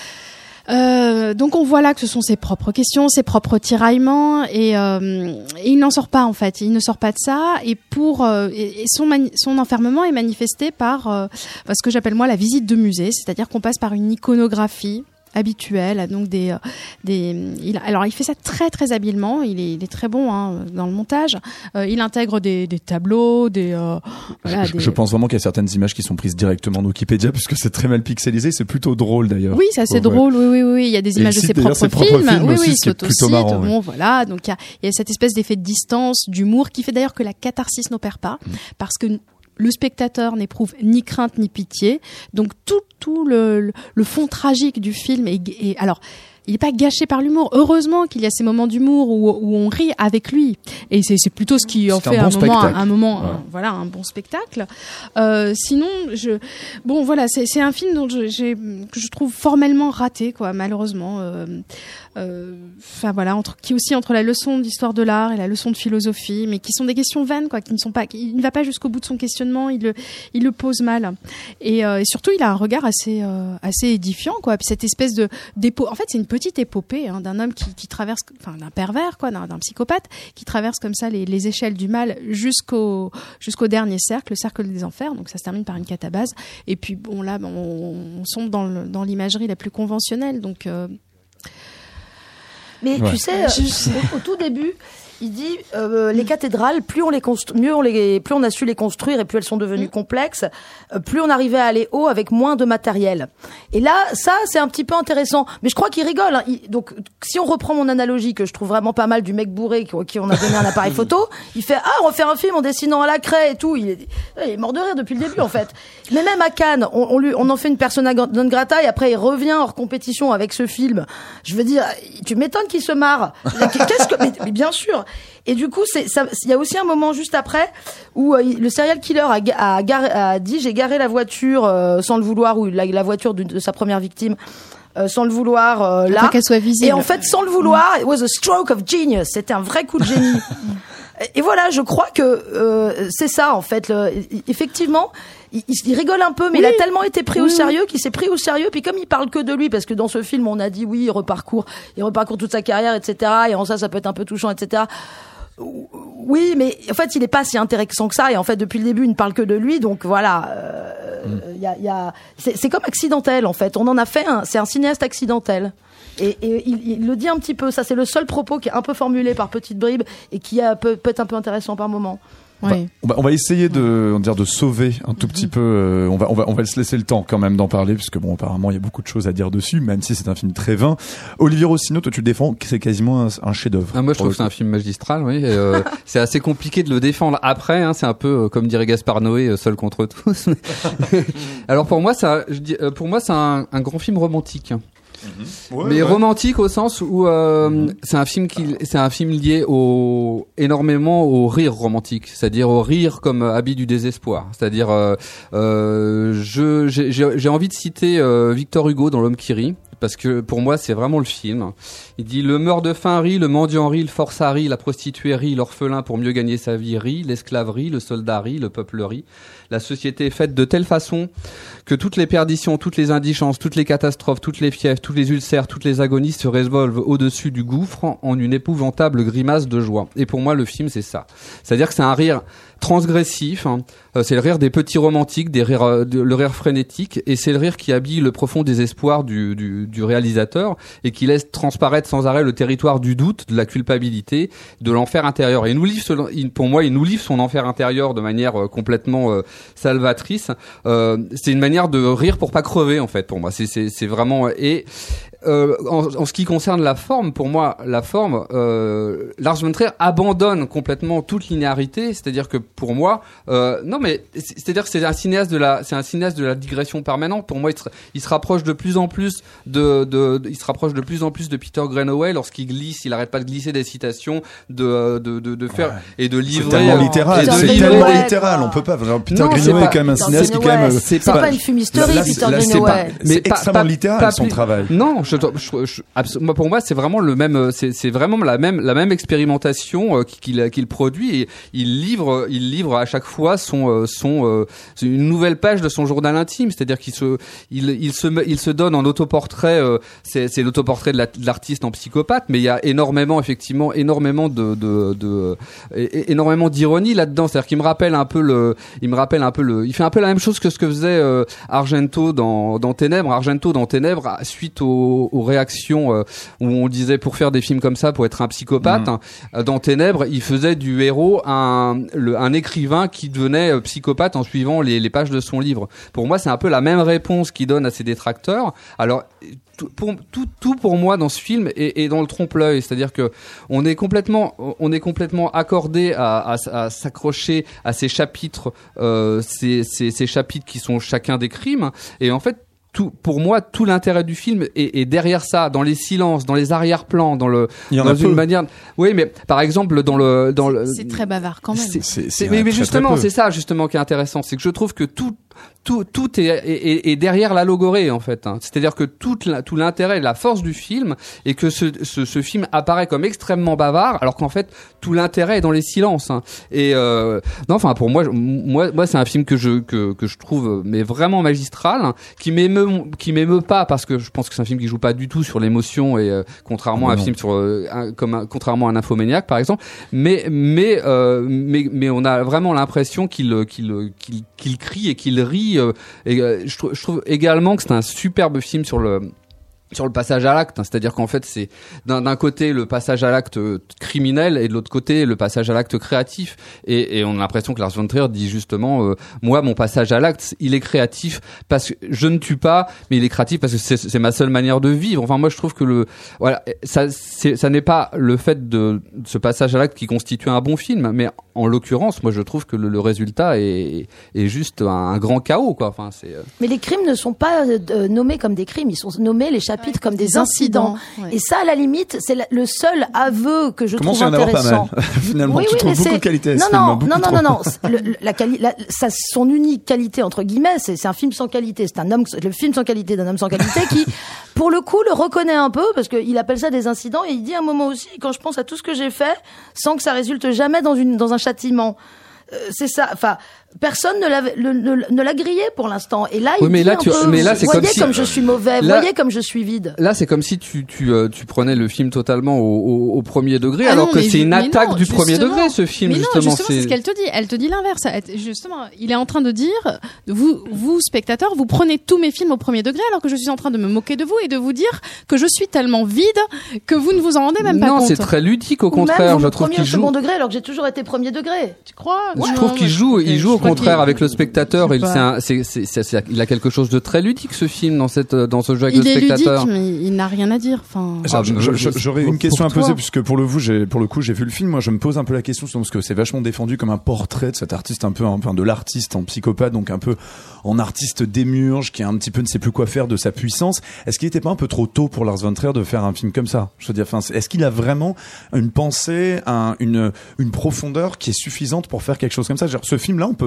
Euh, donc on voit là que ce sont ses propres questions, ses propres tiraillements, et, euh, et il n'en sort pas en fait. Il ne sort pas de ça, et pour euh, et, et son mani- son enfermement est manifesté par euh, ce que j'appelle moi la visite de musée, c'est-à-dire qu'on passe par une iconographie habituel, donc des euh, des il, alors il fait ça très très habilement, il est, il est très bon hein, dans le montage, euh, il intègre des, des tableaux, des, euh, voilà, je, des... je pense vraiment qu'il y a certaines images qui sont prises directement de Wikipédia puisque c'est très mal pixelisé, c'est plutôt drôle d'ailleurs. Oui, ça c'est drôle, oui oui oui, il y a des images de ses propres, ses propres films, films oui oui, oui, c'est plutôt marrant. Bon ouais. voilà, donc il y a il y a cette espèce d'effet de distance, d'humour qui fait d'ailleurs que la catharsis n'opère pas mmh. parce que le spectateur n'éprouve ni crainte ni pitié, donc tout tout le le, le fond tragique du film est, est alors il n'est pas gâché par l'humour. Heureusement qu'il y a ces moments d'humour où, où on rit avec lui, et c'est, c'est plutôt ce qui en c'est fait un, bon un moment, un, un moment, ouais. un, voilà, un bon spectacle. Euh, sinon, je, bon, voilà, c'est, c'est un film dont je, j'ai, que je trouve formellement raté, quoi, malheureusement. Euh, euh, enfin voilà, entre, qui aussi entre la leçon d'histoire de l'art et la leçon de philosophie, mais qui sont des questions vaines, quoi, qui ne sont pas, il ne va pas jusqu'au bout de son questionnement, il le, il le pose mal, et, euh, et surtout, il a un regard assez, euh, assez édifiant, quoi. Puis cette espèce de dépôt, en fait, c'est une petite épopée hein, d'un homme qui, qui traverse, enfin d'un pervers quoi, d'un, d'un psychopathe qui traverse comme ça les, les échelles du mal jusqu'au jusqu'au dernier cercle, le cercle des enfers. Donc ça se termine par une catabase. Et puis bon là, on, on sombre dans, le, dans l'imagerie la plus conventionnelle. Donc euh... mais ouais. tu sais, je, je... Au, au tout début. Il dit euh, les cathédrales, plus on les constru- mieux on les, plus on a su les construire et plus elles sont devenues mmh. complexes, euh, plus on arrivait à aller haut avec moins de matériel. Et là, ça c'est un petit peu intéressant. Mais je crois qu'il rigole. Hein. Il, donc, si on reprend mon analogie que je trouve vraiment pas mal du mec bourré qui, qui on a donné un appareil photo, il fait ah on va faire un film en dessinant à la craie et tout. Il est, il est mort de rire depuis le début en fait. Mais même à Cannes, on, on lui, on en fait une persona non grata et après il revient hors compétition avec ce film. Je veux dire, tu m'étonnes qu'il se marre. Qu'est-ce que, mais, mais bien sûr. Et du coup, c'est, ça, il y a aussi un moment juste après où euh, le serial killer a, a, a, a dit j'ai garé la voiture euh, sans le vouloir, ou la, la voiture de, de sa première victime euh, sans le vouloir euh, là. Faut qu'elle soit visible. Et en fait, sans le vouloir, it was a stroke of genius. C'était un vrai coup de génie. Et voilà, je crois que euh, c'est ça en fait. Le, effectivement. Il, il rigole un peu, mais oui. il a tellement été pris oui. au sérieux qu'il s'est pris au sérieux. Puis comme il parle que de lui, parce que dans ce film, on a dit oui, il reparcourt, il reparcourt toute sa carrière, et cetera. Et en ça, ça peut être un peu touchant, et cetera. Oui, mais en fait, il est pas si intéressant que ça. Et en fait, depuis le début, il ne parle que de lui. Donc voilà, il euh, mm. y a, y a, c'est, c'est comme accidentel en fait. On en a fait un. C'est un cinéaste accidentel. Et, et il, il le dit un petit peu. Ça, c'est le seul propos qui est un peu formulé par petites bribes et qui a, peut, peut être un peu intéressant par moment. Oui. On, va, on va essayer de, on va dire de sauver un tout petit peu. Euh, on va, on va, on va se laisser le temps quand même d'en parler, puisque bon, apparemment, il y a beaucoup de choses à dire dessus, même si c'est un film très vain. Olivier Rossignol, toi, tu le défends, c'est quasiment un, un chef-d'œuvre. Ah, moi, je trouve que c'est un film magistral. Oui, euh, c'est assez compliqué de le défendre après. Hein, c'est un peu euh, comme dirait Gaspard Noé, euh, seul contre tous. Alors pour moi, ça, je dis, euh, pour moi, c'est un, un grand film romantique. Mmh. Ouais, mais ouais. romantique au sens où euh, mmh. c'est un film qui c'est un film lié au énormément au rire romantique, c'est-à-dire au rire comme habit du désespoir, c'est-à-dire euh, euh, je j'ai, j'ai envie de citer euh, Victor Hugo dans L'homme qui rit, parce que pour moi c'est vraiment le film. Il dit le meurt de faim rit, le mendiant rit, le forçat rit, la prostituée rit, l'orphelin pour mieux gagner sa vie rit, l'esclave rit, le soldat rit, le peuple rit. La société est faite de telle façon que toutes les perditions, toutes les indigences, toutes les catastrophes, toutes les fièvres, tous les ulcères, toutes les agonies se résolvent au-dessus du gouffre en une épouvantable grimace de joie. Et pour moi, le film, c'est ça. C'est-à-dire que c'est un rire transgressif, hein. euh, c'est le rire des petits romantiques, des rires, euh, de, le rire frénétique, et c'est le rire qui habille le profond désespoir du, du, du réalisateur et qui laisse transparaître sans arrêt le territoire du doute, de la culpabilité, de l'enfer intérieur. Et il nous livre, ce, il, pour moi, il nous livre son enfer intérieur de manière euh, complètement euh, salvatrice. Euh, c'est une manière de rire pour pas crever, en fait, pour moi. C'est, c'est, c'est vraiment et Euh, en, en ce qui concerne la forme, pour moi, la forme, euh, Lars von Trier abandonne complètement toute linéarité. C'est-à-dire que pour moi, euh, non mais c'est-à-dire que c'est un cinéaste de la, c'est un cinéaste de la digression permanente. Pour moi, il se, il se rapproche de plus en plus de, de, de, il se rapproche de plus en plus de Peter Greenaway lorsqu'il glisse. Il arrête pas de glisser des citations, de, de, de, de faire ouais. et de livrer. C'est tellement littéral. C'est tellement littéral. On peut pas. Genre, Peter non, Greenaway est, est quand même un cinéaste qui est quand même. C'est pas, pas une fumisterie, Peter Greenaway. Mais c'est extrêmement littéral son travail. Non. Je, je, je, moi, pour moi, c'est vraiment le même, c'est, c'est vraiment la même, la même expérimentation euh, qu'il, qu'il produit et il livre, il livre à chaque fois son, euh, son, euh, une nouvelle page de son journal intime. C'est-à-dire qu'il se, il, il se, il se donne en autoportrait. Euh, c'est, c'est l'autoportrait de, la, de l'artiste en psychopathe, mais il y a énormément, effectivement, énormément de, de, de, de énormément d'ironie là-dedans. C'est-à-dire qu'il me rappelle un peu le, il me rappelle un peu le, il fait un peu la même chose que ce que faisait euh, Argento dans, dans Ténèbres. Argento dans Ténèbres, suite aux, aux réactions euh, où on disait pour faire des films comme ça, pour être un psychopathe, mmh. hein, dans Ténèbres, il faisait du héros un, le, un écrivain qui devenait euh, psychopathe en suivant les, les pages de son livre. Pour moi, c'est un peu la même réponse qu'il donne à ses détracteurs. Alors, tout pour, tout, tout pour moi dans ce film est, est dans le trompe-l'œil, c'est-à-dire que on est complètement, on est complètement accordé à, à, à s'accrocher à ces chapitres, euh, ces, ces, ces chapitres qui sont chacun des crimes, et en fait, tout, pour moi, tout l'intérêt du film est, est derrière ça, dans les silences, dans les arrière-plans, dans le, dans une peu. manière. Oui, mais par exemple, dans le, dans le. C'est très bavard quand même. C'est, c'est, c'est mais, mais justement, c'est ça justement qui est intéressant, c'est que je trouve que tout, tout, tout est, est, est derrière la logorée en fait. Hein. C'est-à-dire que tout, la, tout l'intérêt, la force du film, est que ce, ce, ce film apparaît comme extrêmement bavard, alors qu'en fait, tout l'intérêt est dans les silences. Hein. Et euh, non, enfin pour moi, moi, moi, c'est un film que je, que, que je trouve mais vraiment magistral, hein, qui m'émeut qui m'émeut pas parce que je pense que c'est un film qui joue pas du tout sur l'émotion et euh, contrairement à un film sur euh, un, comme un, contrairement à un Nymphomaniac par exemple, mais mais euh, mais mais on a vraiment l'impression qu'il qu'il qu'il qu'il crie et qu'il rit euh, et euh, je, trouve, je trouve également que c'est un superbe film sur le sur le passage à l'acte, hein, c'est-à-dire qu'en fait c'est d'un, d'un côté le passage à l'acte criminel et de l'autre côté le passage à l'acte créatif et, et on a l'impression que Lars von Trier dit justement euh, moi mon passage à l'acte il est créatif parce que je ne tue pas mais il est créatif parce que c'est, c'est ma seule manière de vivre. Enfin moi je trouve que le voilà ça c'est, ça n'est pas le fait de, de ce passage à l'acte qui constitue un bon film, mais en l'occurrence moi je trouve que le, le résultat est, est juste un, un grand chaos quoi. Enfin c'est. Euh... Mais les crimes ne sont pas euh, nommés comme des crimes, ils sont nommés les chapitres comme des incidents. Ouais. Et ça, à la limite, c'est la, le seul aveu que je Comment trouve intéressant. Pas mal. Finalement, oui, tu oui, trouves beaucoup c'est... de qualité à ce non, film. Non, beaucoup non, non, trop. non, non, non. Le, la quali... la, ça, son unique qualité, entre guillemets, c'est, c'est un film sans qualité. C'est un homme, le film sans qualité d'un homme sans qualité qui, pour le coup, le reconnaît un peu parce qu'il appelle ça des incidents et il dit à un moment aussi, quand je pense à tout ce que j'ai fait, sans que ça résulte jamais dans une, dans un châtiment. Euh, c'est ça. Enfin, personne ne l'a, le, le, ne l'a grillé pour l'instant. Et là, il oui, mais dit là, un tu, peu, mais là, c'est voyez comme, si, comme je suis mauvais, là, voyez comme je suis vide. Là, c'est comme si tu, tu, euh, tu prenais le film totalement au, au, au premier degré, ah alors non, que c'est je, une attaque non, du premier degré, ce film, mais justement. Non, justement, c'est... c'est ce qu'elle te dit. Elle te dit l'inverse. Justement, il est en train de dire, vous, vous, spectateurs, vous prenez tous mes films au premier degré, alors que je suis en train de me moquer de vous et de vous dire que je suis tellement vide que vous ne vous en rendez même pas non, compte. Non, c'est très ludique, au Ou contraire. même, vous je trouve qu'il joue. second degré, alors que j'ai toujours été premier degré. Tu crois? Je ouais, trouve non, qu'il joue, il joue au contraire avec le spectateur. Il, c'est un, c'est, c'est, c'est, c'est, il a quelque chose de très ludique, ce film, dans cette, dans ce jeu avec il le spectateur. Il est ludique, mais il n'a rien à dire. Enfin. Ah, je, je, je, j'aurais une question à poser puisque pour le coup, j'ai, pour le coup, j'ai vu le film. Moi, je me pose un peu la question parce que c'est vachement défendu comme un portrait de cet artiste, un peu, enfin, de l'artiste en psychopathe, donc un peu en artiste démiurge, qui a un petit peu ne sait plus quoi faire de sa puissance. Est-ce qu'il n'était pas un peu trop tôt pour Lars von Trier de faire un film comme ça? Je veux dire, enfin, est-ce qu'il a vraiment une pensée, un, une, une profondeur qui est suffisante pour faire quelque chose comme ça? Genre, ce film-là, on peut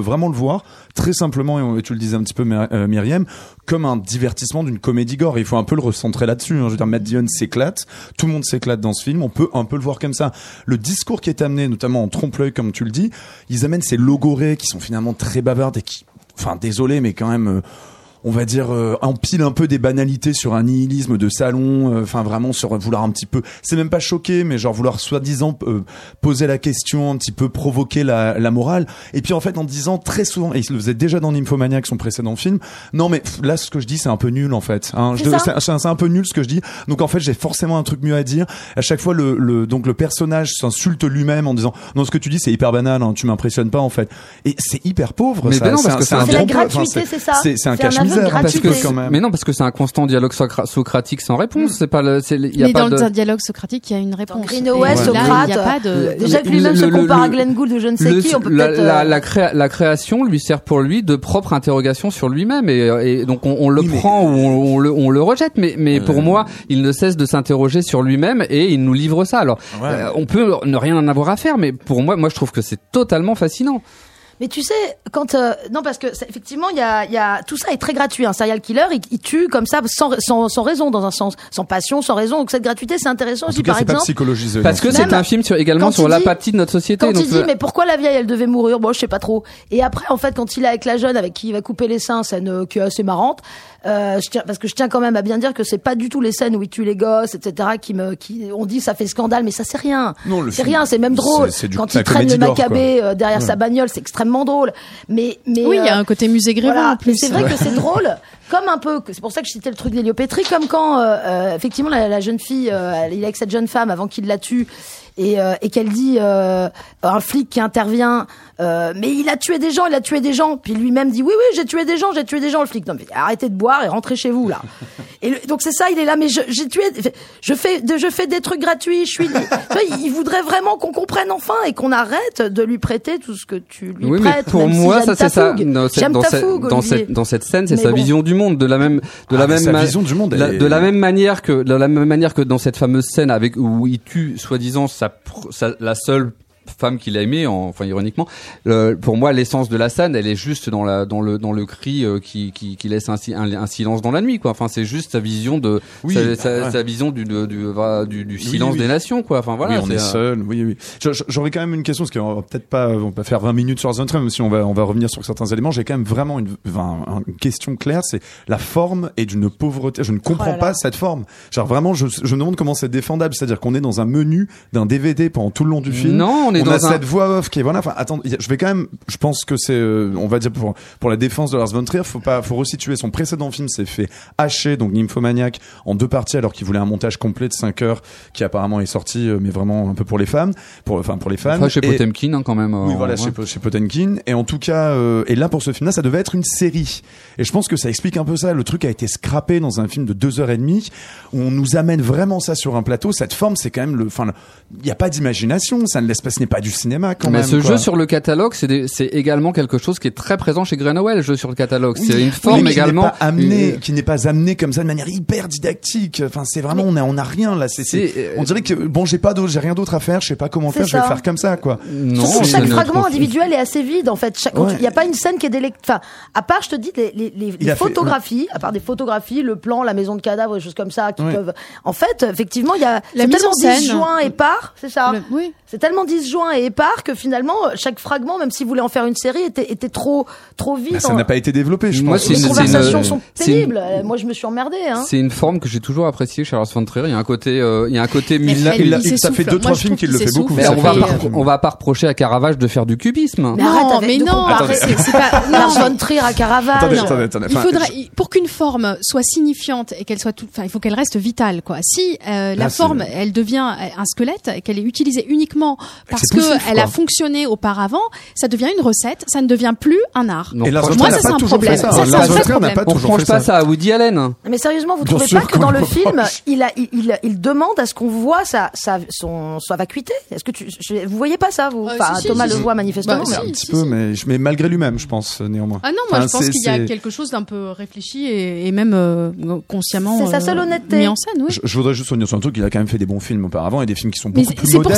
vraiment le voir très simplement, et tu le disais un petit peu euh, Myriam, comme un divertissement d'une comédie gore. Il faut un peu le recentrer là-dessus, hein. Je veux dire, Matt Dillon s'éclate, tout le monde s'éclate dans ce film, on peut un peu le voir comme ça. Le discours qui est amené, notamment en trompe-l'œil comme tu le dis, ils amènent ces logorées qui sont finalement très bavardes et qui, enfin désolé mais quand même... Euh, on va dire euh, empile un peu des banalités sur un nihilisme de salon, enfin euh, vraiment sur vouloir un petit peu, c'est même pas choquer, mais genre vouloir soi-disant euh, poser la question, un petit peu provoquer la, la morale, et puis en fait en disant très souvent, et il le faisait déjà dans Nymphomaniac, son précédent film, non mais pff, là ce que je dis c'est un peu nul en fait, hein, c'est, je, ça. c'est, c'est un peu nul ce que je dis, donc en fait j'ai forcément un truc mieux à dire. À chaque fois le, le donc le personnage s'insulte lui-même en disant non ce que tu dis c'est hyper banal, hein, tu m'impressionnes pas en fait, et c'est hyper pauvre. Mais ça, ben non, c'est, parce un, que c'est, un c'est la trompe, gratuité, enfin, c'est ça. C'est, c'est un C'est un cache-misère parce que quand même. Mais non, parce que c'est un constant dialogue socra- socratique sans réponse. C'est pas le, c'est, y a mais pas dans de... le dialogue socratique, il y a une réponse. Greenaway, Et Socrate. là, il y a pas de... Déjà que lui-même se compare à Glenn Gould ou je ne sais le, qui, on peut la, peut-être. La, euh... la, créa- la création lui sert pour lui de propre interrogation sur lui-même, et, et donc on, on le oui, prend mais... ou on, on le, on le rejette. Mais, mais euh... pour moi, il ne cesse de s'interroger sur lui-même et il nous livre ça. Alors, ouais. euh, on peut ne rien en avoir à faire, mais pour moi, moi, je trouve que c'est totalement fascinant. Mais tu sais, quand euh, non parce que effectivement il y a, y a tout ça est très gratuit. Un serial killer, il, il tue comme ça sans, sans, sans raison dans un sens, sans passion, sans raison. Donc cette gratuité c'est intéressant en aussi tout cas, par c'est exemple. Pas psychologisé, parce que c'est un film sur également sur l'apathie de notre société. Quand donc il dit mais pourquoi la vieille elle devait mourir, bon je sais pas trop. Et après en fait quand il est avec la jeune avec qui il va couper les seins, scène euh, qui est assez marrante. Euh, je tiens, parce que je tiens quand même à bien dire que c'est pas du tout les scènes où il tue les gosses, et cetera qui me, qui, on dit ça fait scandale, mais ça c'est rien. Non, le c'est film, rien, c'est même drôle. C'est, c'est du, quand il traîne le macabé euh, derrière ouais. sa bagnole, c'est extrêmement drôle. Mais, mais oui, il euh, y a un côté musée Grévin voilà, en plus. Mais c'est vrai ouais. que c'est drôle. Comme un peu, c'est pour ça que je citais le truc d'Héliopétrie, comme quand euh, euh, effectivement la, la jeune fille, euh, il est avec cette jeune femme avant qu'il la tue. Et, euh, et qu'elle dit euh, un flic qui intervient euh, mais il a tué des gens il a tué des gens puis lui-même dit oui oui j'ai tué des gens j'ai tué des gens le flic non mais arrêtez de boire et rentrez chez vous là et le, donc c'est ça il est là mais je, j'ai tué je fais de, je fais des trucs gratuits je suis tu vois, il voudrait vraiment qu'on comprenne enfin et qu'on arrête de lui prêter tout ce que tu lui oui, prêtes mais pour même moi si ça c'est ça dans cette, dans, cette, fougue, dans, cette, dans cette scène c'est mais sa bon. vision du monde de la même de ah, la même sa ma- vision du monde la, est... de la même manière que de la même manière que dans cette fameuse scène avec où il tue soi-disant sa, sa la seule femme qu'il a aimée, enfin ironiquement. Euh, pour moi, l'essence de la scène, elle est juste dans la dans le dans le cri euh, qui, qui qui laisse un, un, un silence dans la nuit, quoi. Enfin, c'est juste sa vision de oui, sa, bah, sa, ouais. sa vision du du du, du, du silence oui, oui. des nations, quoi. Enfin voilà. Oui, on c'est, est seul. Oui, oui. J'aurais quand même une question parce qu'on va peut-être pas, on va pas faire vingt minutes sur Zone Train, même si on va on va revenir sur certains éléments. J'ai quand même vraiment une, enfin, une question claire, c'est la forme et d'une pauvreté. Je ne comprends oh pas cette forme. Genre vraiment, je, je me demande comment c'est défendable. C'est-à-dire qu'on est dans un menu d'un D V D pendant tout le long du film. Non, on est on dans a un... cette voix off qui est voilà. Enfin, attends, je vais quand même. Je pense que c'est, euh, on va dire pour pour la défense de Lars von Trier, faut pas, faut resituer son précédent film. S'est fait hacher, donc Nymphomaniac, en deux parties, alors qu'il voulait un montage complet de cinq heures, qui apparemment est sorti, euh, mais vraiment un peu pour les femmes, pour enfin pour les fans. Enfin, chez et, Potemkin hein, quand même. Euh, oui, voilà, ouais. chez, chez Potemkin. Et en tout cas, euh, et là pour ce film-là, ça devait être une série. Et je pense que ça explique un peu ça. Le truc a été scrappé dans un film de deux heures et demie, où on nous amène vraiment ça sur un plateau. Cette forme, c'est quand même le, enfin, il n'y a pas d'imagination. Ça ne laisse pas, ce n'est pas du cinéma quand mais même. Mais ce quoi. jeu sur le catalogue, c'est, des, c'est également quelque chose qui est très présent chez Greenaway, le jeu sur le catalogue. Oui, c'est une forme oui, également. Qui n'est pas amené, une... qui n'est pas amené comme ça de manière hyper didactique. Enfin, c'est vraiment, mais... on a, on a rien là. C'est, c'est, c'est, on dirait que bon, j'ai pas d'autre, j'ai rien d'autre à faire. Je sais pas comment c'est faire. ça. Je vais faire comme ça, quoi. Non. Surtout chaque fragment individuel est assez vide en fait. Il ouais. y a pas une scène qui est délect... Enfin, à part, je te dis les, les, les, les photographies, fait... à part des photographies, le plan, la maison de cadavres, des choses comme ça qui ouais. peuvent. En fait, effectivement, il y a la c'est mise tellement en scène disjoint et épars, c'est ça. Le... Oui. C'est tellement disjoint et épars que finalement, chaque fragment, même s'il voulait en faire une série, était, était trop, trop vite. Bah, ça en... n'a pas été développé, je Moi, pense. Les une, conversations une, sont pénibles. Une... Moi, je me suis emmerdé. Hein. C'est une forme que j'ai toujours appréciée chez Lars von Trier. Il y a un côté, euh, il y a un côté. Il a, il a, ça fait deux, trois films qu'il le fait beaucoup. Mais on va pas, on va pas reprocher à Caravage de faire du cubisme. Mais arrête, non, mais non, c'est, c'est pas Lars von Trier à Caravage. Attendez, attendez, attendez. Il faudrait, je... pour qu'une forme soit signifiante et qu'elle soit tout, enfin, il faut qu'elle reste vitale, quoi. Si euh, la Là, forme, c'est... elle devient un squelette et qu'elle est utilisée uniquement parce que elle a fonctionné auparavant, ça devient une recette, ça ne devient plus un art. Et Lars Moi, ça c'est un problème. Ça, c'est un vrai problème. On ne change pas ça à Woody Allen. Mais sérieusement, vous trouvez pas que dans le film, il a, il, il demande à ce qu'on voit sa, sa, son, sa vacuité? Est-ce que tu, je, vous voyez pas ça, vous? Enfin, si, Thomas si, le si. voit manifestement. Bah, si, un petit peu, mais, mais malgré lui-même, je pense, néanmoins. Ah non, moi, enfin, je pense c'est, qu'il y a c'est... quelque chose d'un peu réfléchi et, et même euh, consciemment. C'est sa seule honnêteté. Mis en scène, oui. Je, je voudrais juste revenir sur un truc. Il a quand même fait des bons films auparavant et des films qui sont beaucoup mais plus c'est modestes. C'est pour ça qu'on est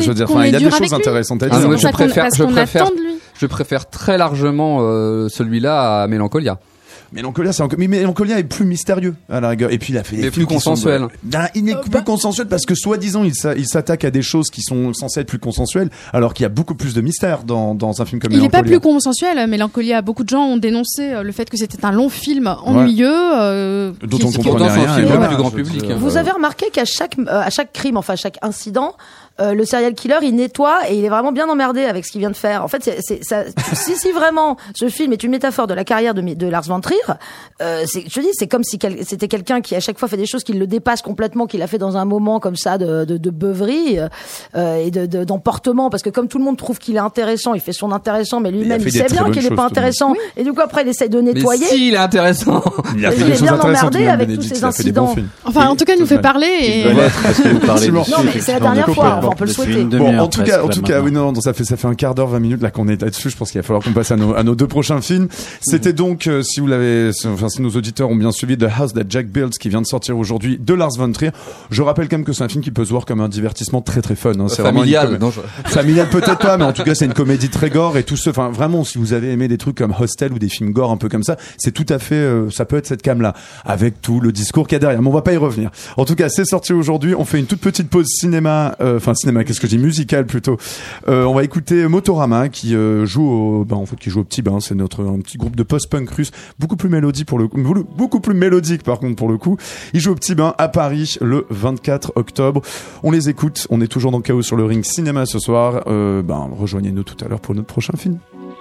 veux dire, qu'on enfin, est il y a dur des avec choses lui. intéressantes à Et dire. c'est Ah, moi, pour je ça qu'on- préfère, parce je qu'on préfère, attend de lui. je préfère très largement euh, celui-là à Mélancolia. Mélancolia, c'est encore... mais Mélancolia est plus mystérieux à la rigueur. Et puis il a fait des Mais films plus qui sont- consensuel. Non, il n'est plus consensuel parce que soi-disant il s'a- il s'attaque à des choses qui sont censées être plus consensuelles, alors qu'il y a beaucoup plus de mystère dans, dans un film comme Il n'est Mélancolia. pas plus consensuel, Mélancolia. Beaucoup de gens ont dénoncé euh, le fait que c'était un long film ennuyeux. euh, Dont qui- on qui- comprenait Pourtant, c'est un rien. film et pour voilà, le grand je veux public, dire, hein. Vous euh, avez remarqué qu'à chaque, euh, à chaque crime, enfin à chaque incident, euh, le serial killer il nettoie et il est vraiment bien emmerdé avec ce qu'il vient de faire. En fait, c'est, c'est, ça, si, si vraiment ce film est une métaphore de la carrière de, de Lars von Trier, euh, c'est, je te dis, c'est comme si quel, c'était quelqu'un qui à chaque fois fait des choses qui le dépassent complètement, qu'il a fait dans un moment comme ça de, de, de beuverie euh, et de, de, d'emportement, parce que comme tout le monde trouve qu'il est intéressant, il fait son intéressant, mais lui-même Il a fait il, des sait très bien bonnes qu'il est choses, pas tout le monde. intéressant, et du coup après il essaie de Mais nettoyer. si, il est intéressant. Il a Il fait est des choses bien intéressantes, emmerdé William avec tous Benedict, ces il a fait des bons incidents. films. Enfin, en tout cas, il nous fait parler. Et... doit l'être parce que vous parlez Effectivement. dessus, Non, mais c'est la dernière effectivement, fois, depuis- enfin, on peut le depuis souhaiter. une Bon, demi-heure en tout presque, cas, en là, tout cas, maintenant. oui, non, non, ça fait ça fait un quart d'heure, vingt minutes là qu'on est là-dessus. Je pense qu'il va falloir qu'on passe à nos à nos deux prochains films. C'était donc, euh, si vous l'avez, enfin si nos auditeurs ont bien suivi, The House That Jack Built, qui vient de sortir aujourd'hui de Lars von Trier. Je rappelle quand même que c'est un film qui peut se voir comme un divertissement très très fun. Hein. C'est vraiment une Familial. comé- Non, je- Familial peut-être pas, mais en tout cas c'est une comédie très gore et tout ce. Enfin vraiment, si vous avez aimé des trucs comme Hostel ou des films gore un peu comme ça, c'est tout à fait, euh, ça peut être cette cam là avec tout le discours qu'il y a derrière. Mais on va pas y revenir. En tout cas, c'est sorti aujourd'hui. On fait une toute petite pause cinéma, euh, enfin cinéma, qu'est-ce que je dis, musical plutôt. Euh, on va écouter Motorama qui euh, joue au, ben en fait qui joue au petit bain. C'est notre un petit groupe de post-punk russe, beaucoup plus mélodique pour le coup, beaucoup plus mélodique par contre pour le coup. Ils jouent au petit bain à Paris le vingt-quatre octobre. On les écoute. On est toujours dans Chaos sur le Ring cinéma ce soir. Euh, ben rejoignez-nous tout à l'heure pour notre prochain film.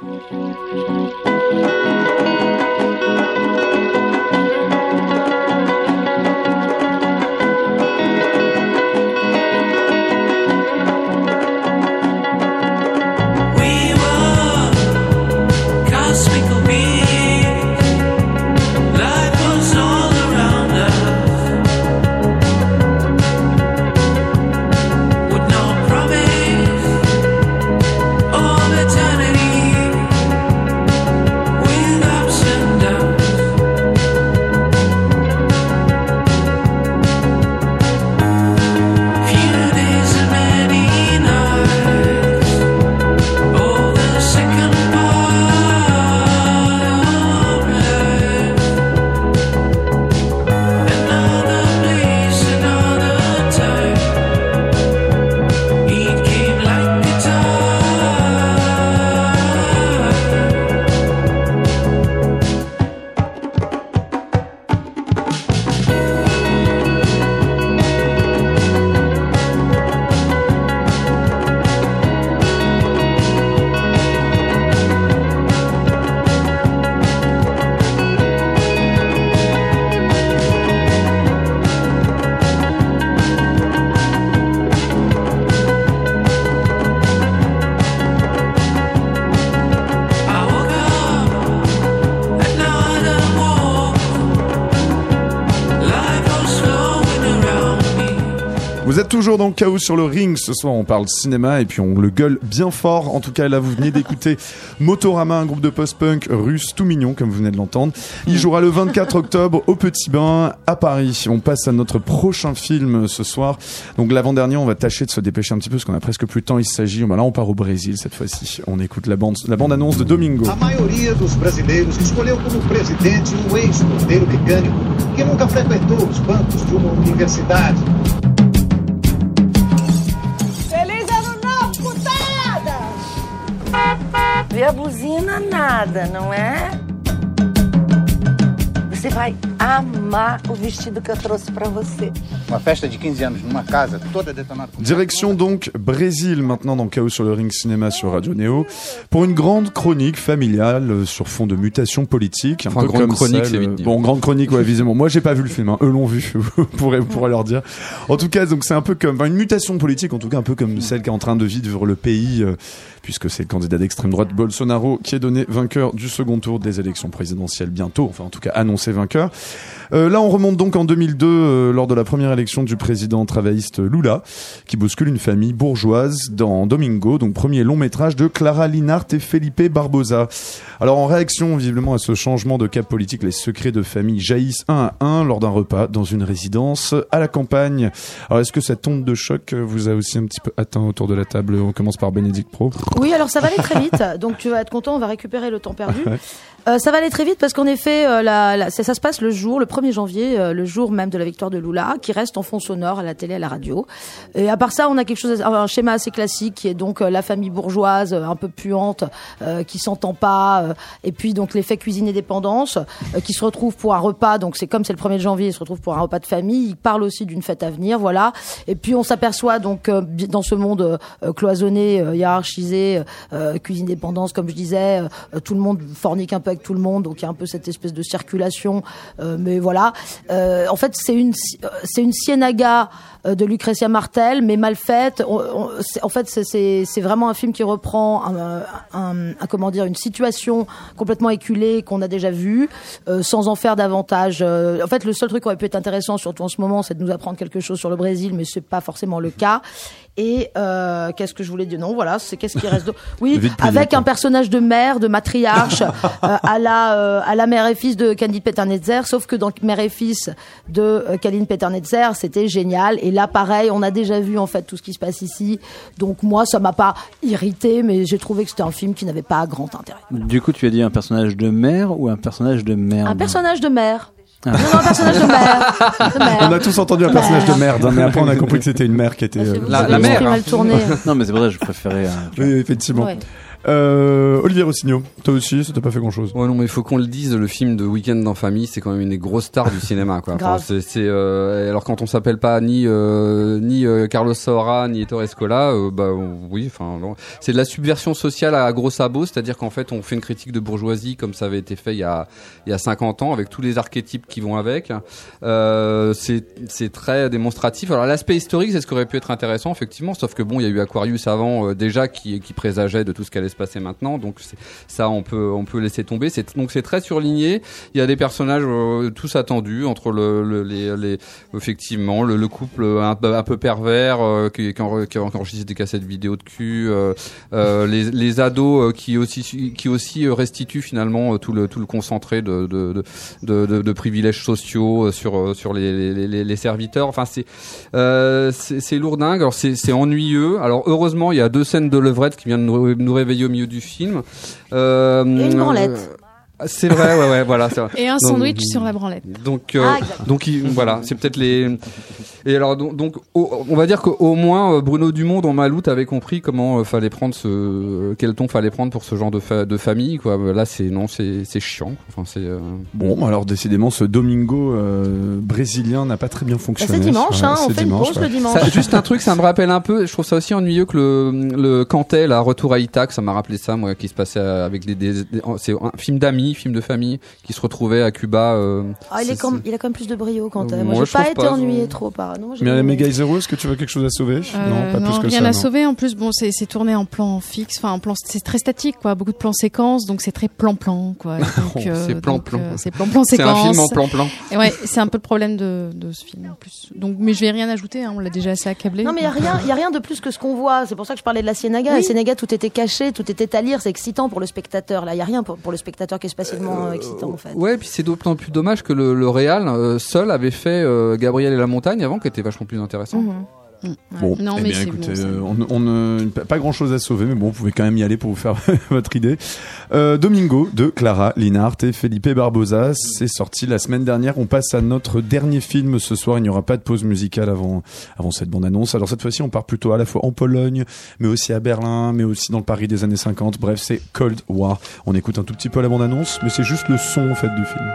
Vous êtes toujours dans Chaos sur le Ring. Ce soir, on parle cinéma et puis on le gueule bien fort. En tout cas, là, vous venez d'écouter Motorama, un groupe de post-punk russe tout mignon, comme vous venez de l'entendre. Il jouera le vingt-quatre octobre au Petit Bain à Paris. On passe à notre prochain film ce soir. Donc, l'avant-dernier, on va tâcher de se dépêcher un petit peu parce qu'on a presque plus de temps. Il s'agit, bah là, on part au Brésil cette fois-ci. On écoute la bande, la bande-annonce de Domingo. A maioria dos brasileiros escolheu como presidente um ex-porteiro mecânico que nunca frequentou os bancos de uma universidade. Feliz ano novo, putada! Vê a buzina nada, não é? Você vai amar o vestido que eu trouxe pra você. Uma festa de quinze anos numa casa toda detonada. Direction donc Brésil maintenant dans Chaos sur le Ring cinéma sur Radio Néo pour une grande chronique familiale euh, sur fond de mutation politique. Un Enfin, peu grande comme chronique, celle, c'est vite euh, dit. Bon, grande chronique, ouais, visiblement. Moi, j'ai pas vu le film. Hein. Eux l'ont vu. Vous pourrez, vous pourrez leur dire. En tout cas, donc c'est un peu comme enfin, une mutation politique, en tout cas un peu comme celle qui est en train de vivre le pays, euh, puisque c'est le candidat d'extrême droite Bolsonaro qui est donné vainqueur du second tour des élections présidentielles bientôt. Enfin, en tout cas, annoncé vainqueur. Euh, là, on remonte donc en deux mille deux, euh, lors de la première élection du président travailliste Lula, qui bouscule une famille bourgeoise dans Domingo, donc premier long métrage de Clara Linhart et Felipe Barbosa. Alors, en réaction visiblement à ce changement de cap politique, les secrets de famille jaillissent un à un lors d'un repas dans une résidence à la campagne. Alors, est-ce que cette onde de choc vous a aussi un petit peu atteint autour de la table? On commence par Bénédicte Pro. Oui, alors ça va aller très vite, donc tu vas être content, on va récupérer le temps perdu. Euh, ça va aller très vite parce qu'en effet, euh, la, la, ça, ça se passe le jour, le premier janvier, euh, le jour même de la victoire de Lula, qui reste en fond sonore à la télé, à la radio. Et à part ça, on a quelque chose, un schéma assez classique qui est donc euh, la famille bourgeoise, euh, un peu puante, euh, qui s'entend pas, euh, et puis donc l'effet cuisine et dépendance, euh, qui se retrouve pour un repas. Donc c'est comme c'est le premier janvier, ils se retrouvent pour un repas de famille. Ils parlent aussi d'une fête à venir, voilà. Et puis on s'aperçoit donc euh, dans ce monde euh, cloisonné, euh, hiérarchisé, euh, cuisine dépendance, comme je disais, euh, tout le monde fornique un peu avec tout le monde, donc il y a un peu cette espèce de circulation, euh, mais voilà. Euh, en fait, c'est une c'est une Ciénaga de Lucretia Martel, mais mal faite. On, on, en fait, c'est, c'est, c'est vraiment un film qui reprend un, un, un, comment dire, une situation complètement éculée qu'on a déjà vue, euh, sans en faire davantage. Euh, en fait, le seul truc qui aurait pu être intéressant, surtout en ce moment, c'est de nous apprendre quelque chose sur le Brésil, mais c'est pas forcément le cas. Et euh, qu'est-ce que je voulais dire? Non, voilà, c'est qu'est-ce qui reste de... Oui, avec un personnage de mère, de matriarche, euh, à la euh, à la mère et fils de Candide Peternetzer, sauf que dans Mère et fils de euh, Candide Peternetzer, c'était génial. Et là, pareil, on a déjà vu en fait tout ce qui se passe ici. Donc moi, ça m'a pas irrité, mais j'ai trouvé que c'était un film qui n'avait pas grand intérêt. Du coup, tu as dit un personnage de mère ou un personnage de merde? Un personnage de mère. Ah. Non, non, un personnage de mère. de mère. On a tous entendu un personnage de merde, hein, mais après on a compris que c'était une mère qui était euh, la, la mère. Mal tourné. Non, mais c'est vrai, je préférais. Un... Oui, effectivement. Ouais. Euh, Olivier Rossignol, toi aussi, ça t'a pas fait grand chose. Ouais, non, mais il faut qu'on le dise, le film de Week-end en famille, c'est quand même une des grosses stars du cinéma, quoi. Enfin, c'est, c'est euh, alors quand on s'appelle pas ni euh, ni euh, Carlos Saura ni Ettore Scola, euh, bah oui, enfin, bon, c'est de la subversion sociale à gros sabots, c'est-à-dire qu'en fait, on fait une critique de bourgeoisie comme ça avait été fait il y a il y a cinquante ans, avec tous les archétypes qui vont avec. Euh, c'est c'est très démonstratif. Alors l'aspect historique, c'est ce qui aurait pu être intéressant, effectivement, sauf que bon, il y a eu Aquarius avant euh, déjà qui qui présageait de tout ce qu'allait se passer maintenant, donc c'est, ça on peut on peut laisser tomber. C'est donc c'est très surligné. Il y a des personnages euh, tous attendus entre le, le les, les effectivement le, le couple un, un peu pervers euh, qui qui, en, qui enregistre des cassettes vidéo de cul, euh, euh, les les ados euh, qui aussi qui aussi restituent finalement tout le tout le concentré de de de de, de, de privilèges sociaux sur sur les les, les, les serviteurs. Enfin c'est euh, c'est, c'est lourdingue. Alors c'est c'est ennuyeux. Alors heureusement il y a deux scènes de levrette qui viennent nous, nous réveiller au milieu du film. Euh, Et une branlette. Euh, c'est vrai, ouais, ouais, voilà. C'est vrai. Et un donc, sandwich sur la branlette. Donc, euh, Ah, donc, il, voilà, c'est peut-être les. Et alors, donc, donc au, on va dire qu'au moins euh, Bruno Dumont dans Maloute avait compris comment euh, fallait prendre ce, euh, quel ton fallait prendre pour ce genre de, fa- de famille, quoi. Là, c'est non, c'est, c'est chiant. Enfin, c'est. Euh... Bon, alors décidément, ce Domingo euh, brésilien n'a pas très bien fonctionné. Bah, c'est dimanche, hein, on fait dimanche, une pause ouais. le dimanche. Ça, juste un truc, ça me rappelle un peu. Je trouve ça aussi ennuyeux que le le Cantet, là, Retour à Ithaque, ça m'a rappelé ça, moi, qui se passait avec des, des, des c'est un film d'amis, film de famille, qui se retrouvait à Cuba. Euh, ah, il est comme, il a quand même plus de brio, Cantet. Euh, moi, moi, j'ai pas été pas, ennuyé non. trop par. Non, mais les méga zéro, est-ce que tu vois quelque chose à sauver? euh, Non, pas non, plus que rien ça. à non. sauver. En plus, bon, c'est, c'est tourné en plan fixe, enfin, en plan, c'est très statique, quoi. Beaucoup de plans séquences, donc c'est très plan-plan, quoi. Donc, euh, c'est plan-plan. Euh, c'est plan-plan séquence. C'est un film en plan-plan. Et ouais, c'est un peu le problème de, de ce film, en plus. Donc, mais je vais rien ajouter, hein, on l'a déjà assez accablé. Non, mais il y a rien, il y a rien de plus que ce qu'on voit. C'est pour ça que je parlais de la Ciénaga. Oui. La Ciénaga, tout était caché, tout était à lire. C'est excitant pour le spectateur. Là, il y a rien pour, pour le spectateur qui est spatialement euh, excitant, en fait. Ouais, puis c'est d'autant plus dommage que le, le Réal euh, seul avait fait euh, Gabriel et la montagne avant, qui était vachement plus intéressant. Mmh. Bon, non, eh mais bien, c'est écoutez, bon, euh, on, on ne pas grand chose à sauver, mais bon, vous pouvez quand même y aller pour vous faire votre idée. Euh, Domingo de Clara Linhart et Felipe Barbosa, c'est sorti la semaine dernière. On passe à notre dernier film ce soir. Il n'y aura pas de pause musicale avant avant cette bande-annonce. Alors cette fois-ci, on part plutôt à la fois en Pologne, mais aussi à Berlin, mais aussi dans le Paris des années cinquante. Bref, c'est Cold War. On écoute un tout petit peu la bande-annonce, mais c'est juste le son en fait du film.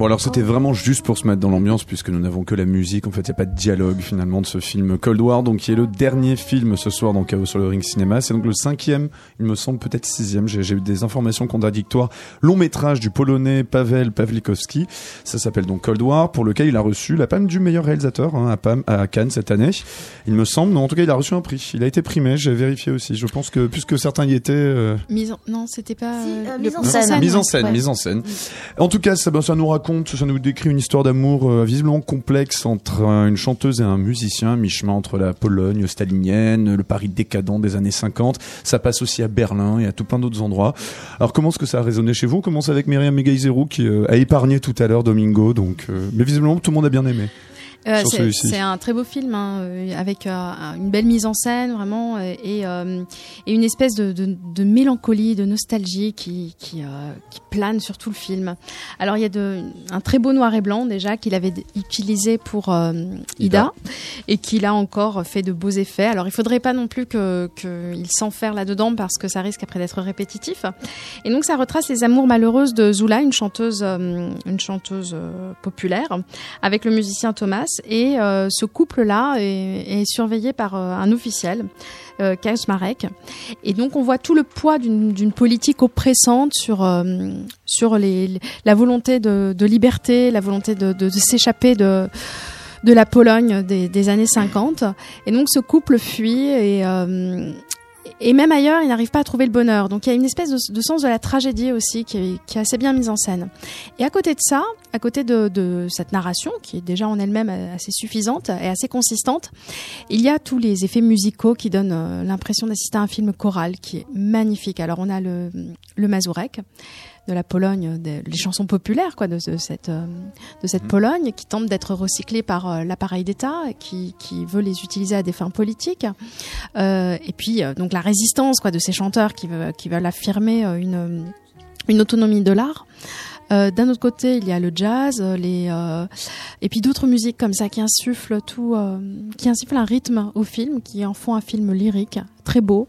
Bon alors c'était vraiment juste pour se mettre dans l'ambiance puisque nous n'avons que la musique, en fait il n'y a pas de dialogue finalement de ce film Cold War, donc qui est le dernier film ce soir dans Chaos sur le Ring Cinéma, c'est donc le cinquième, il me semble peut-être sixième, j'ai, j'ai eu des informations contradictoires, long métrage du polonais Paweł Pawlikowski, ça s'appelle donc Cold War, pour lequel il a reçu la palme du meilleur réalisateur hein, à, Pam, à Cannes cette année, il me semble, non en tout cas il a reçu un prix, il a été primé, j'ai vérifié aussi, je pense que puisque certains y étaient... Euh... Mise en... Non c'était pas... Si, euh, le... mise en scène. Mise en scène, ouais. mise en scène. En tout cas, ça, ben, ça nous raconte, ça nous décrit une histoire d'amour euh, visiblement complexe entre euh, une chanteuse et un musicien, mi-chemin entre la Pologne stalinienne, le Paris décadent des années cinquante. Ça passe aussi à Berlin et à tout plein d'autres endroits. Alors, comment est-ce que ça a résonné chez vous? On commence avec Myriam Megaizerou qui euh, a épargné tout à l'heure Domingo, donc, euh, mais visiblement tout le monde a bien aimé. Euh, c'est, c'est un très beau film hein, avec euh, une belle mise en scène vraiment et, euh, et une espèce de, de, de mélancolie, de nostalgie qui, qui, euh, qui plane sur tout le film. Alors il y a de, un très beau noir et blanc déjà qu'il avait utilisé pour euh, Ida, Ida et qu'il a encore fait de beaux effets. Alors il faudrait pas non plus que qu'il s'enferre là-dedans parce que ça risque après d'être répétitif. Et donc ça retrace les amours malheureuses de Zula, une chanteuse, euh, une chanteuse euh, populaire, avec le musicien Thomas. Et euh, ce couple-là est, est surveillé par euh, un officiel, euh, Kaczmarek. Et donc on voit tout le poids d'une, d'une politique oppressante sur euh, sur les, les la volonté de, de liberté, la volonté de, de, de s'échapper de de la Pologne des, des années cinquante. Et donc ce couple fuit et euh, Et même ailleurs, il n'arrive pas à trouver le bonheur. Donc il y a une espèce de, de sens de la tragédie aussi qui est, qui est assez bien mise en scène. Et à côté de ça, à côté de, de cette narration, qui est déjà en elle-même assez suffisante et assez consistante, il y a tous les effets musicaux qui donnent euh, l'impression d'assister à un film choral qui est magnifique. Alors on a le, le Mazurek de la Pologne, des, les chansons populaires quoi, de, de cette, euh, de cette mmh. Pologne qui tente d'être recyclée par euh, l'appareil d'État, qui, qui veut les utiliser à des fins politiques. Euh, et puis euh, donc la résistance quoi, de ces chanteurs qui veulent, qui veulent affirmer euh, une, une autonomie de l'art. Euh, d'un autre côté, il y a le jazz, les euh, et puis d'autres musiques comme ça qui insufflent tout, euh, qui insufflent un rythme au film, qui en font un film lyrique très beau,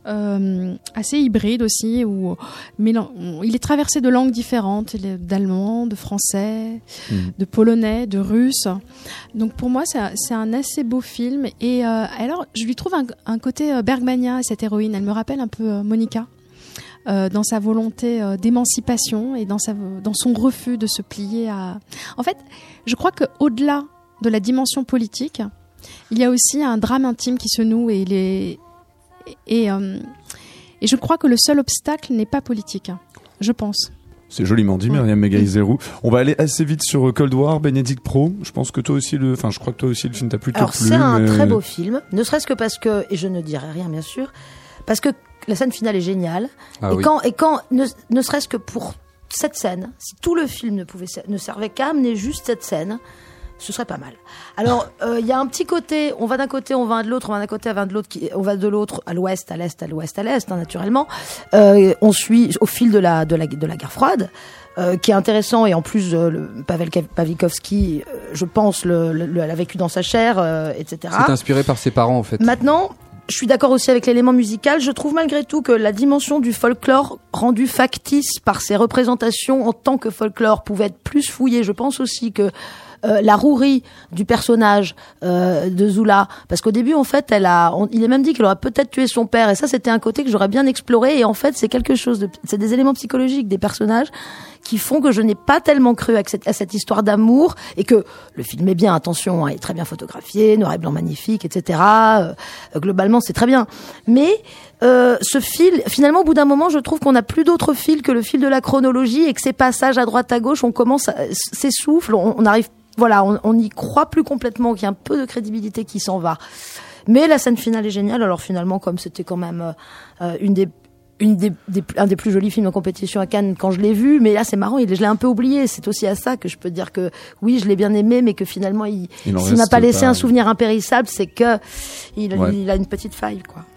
euh, assez hybride aussi, où mélan- il est traversé de langues différentes, d'allemand, de français, mmh. de polonais, de russe. Donc pour moi, c'est, c'est un assez beau film. Et euh, alors, je lui trouve un, un côté Bergmania à cette héroïne. Elle me rappelle un peu euh, Monica. Euh, dans sa volonté euh, d'émancipation et dans, sa, dans son refus de se plier à... En fait, je crois qu'au-delà de la dimension politique, il y a aussi un drame intime qui se noue et, les... et, euh... et je crois que le seul obstacle n'est pas politique, je pense. C'est joliment dit, Myriam Megaizerou. On va aller assez vite sur Cold War, Bénédicte Pro. Je pense que toi aussi, le, enfin, je crois que toi aussi, le film t'a plutôt Alors, plu. c'est un mais... très beau film, ne serait-ce que parce que, et je ne dirai rien bien sûr, parce que la scène finale est géniale. Ah et, oui. quand, et quand, ne, ne serait-ce que pour cette scène, si tout le film ne pouvait, ne servait qu'à amener juste cette scène, ce serait pas mal. Alors, il euh, y a un petit côté, on va d'un côté, on va de l'autre, on va d'un côté, on va de l'autre, on va de l'autre, à l'ouest, à l'est, à l'ouest, à l'est, hein, naturellement. Euh, on suit au fil de la, de la, de la guerre froide. Euh, qui est intéressant et en plus euh, le Paweł Pawlikowski, euh, je pense, le, le, l'a vécu dans sa chair, euh, et cetera. C'est inspiré par ses parents en fait. Maintenant, je suis d'accord aussi avec l'élément musical. Je trouve malgré tout que la dimension du folklore rendu factice par ses représentations en tant que folklore pouvait être plus fouillée. Je pense aussi que Euh, la rouerie du personnage euh, de Zula, parce qu'au début en fait elle a, on, il est même dit qu'elle aurait peut-être tué son père et ça c'était un côté que j'aurais bien exploré et en fait c'est quelque chose de, c'est des éléments psychologiques des personnages qui font que je n'ai pas tellement cru à cette, à cette histoire d'amour et que le film est bien, attention, hein, il est très bien photographié, noir et blanc magnifique, et cetera. Euh, globalement c'est très bien, mais Euh, ce fil, finalement, au bout d'un moment, je trouve qu'on n'a plus d'autre fil que le fil de la chronologie et que ces passages à droite à gauche, on commence à s'essouffle, on, on arrive, voilà, on, on y croit plus complètement, qu'il y a un peu de crédibilité qui s'en va. Mais la scène finale est géniale. Alors finalement, comme c'était quand même euh, une des Une des, des, un des plus jolis films en compétition à Cannes quand je l'ai vu, mais là c'est marrant, il, je l'ai un peu oublié. C'est aussi à ça que je peux dire que oui, je l'ai bien aimé, mais que finalement il, il s'il m'a pas laissé pas... un souvenir impérissable, c'est que il, ouais. il a une petite faille, quoi.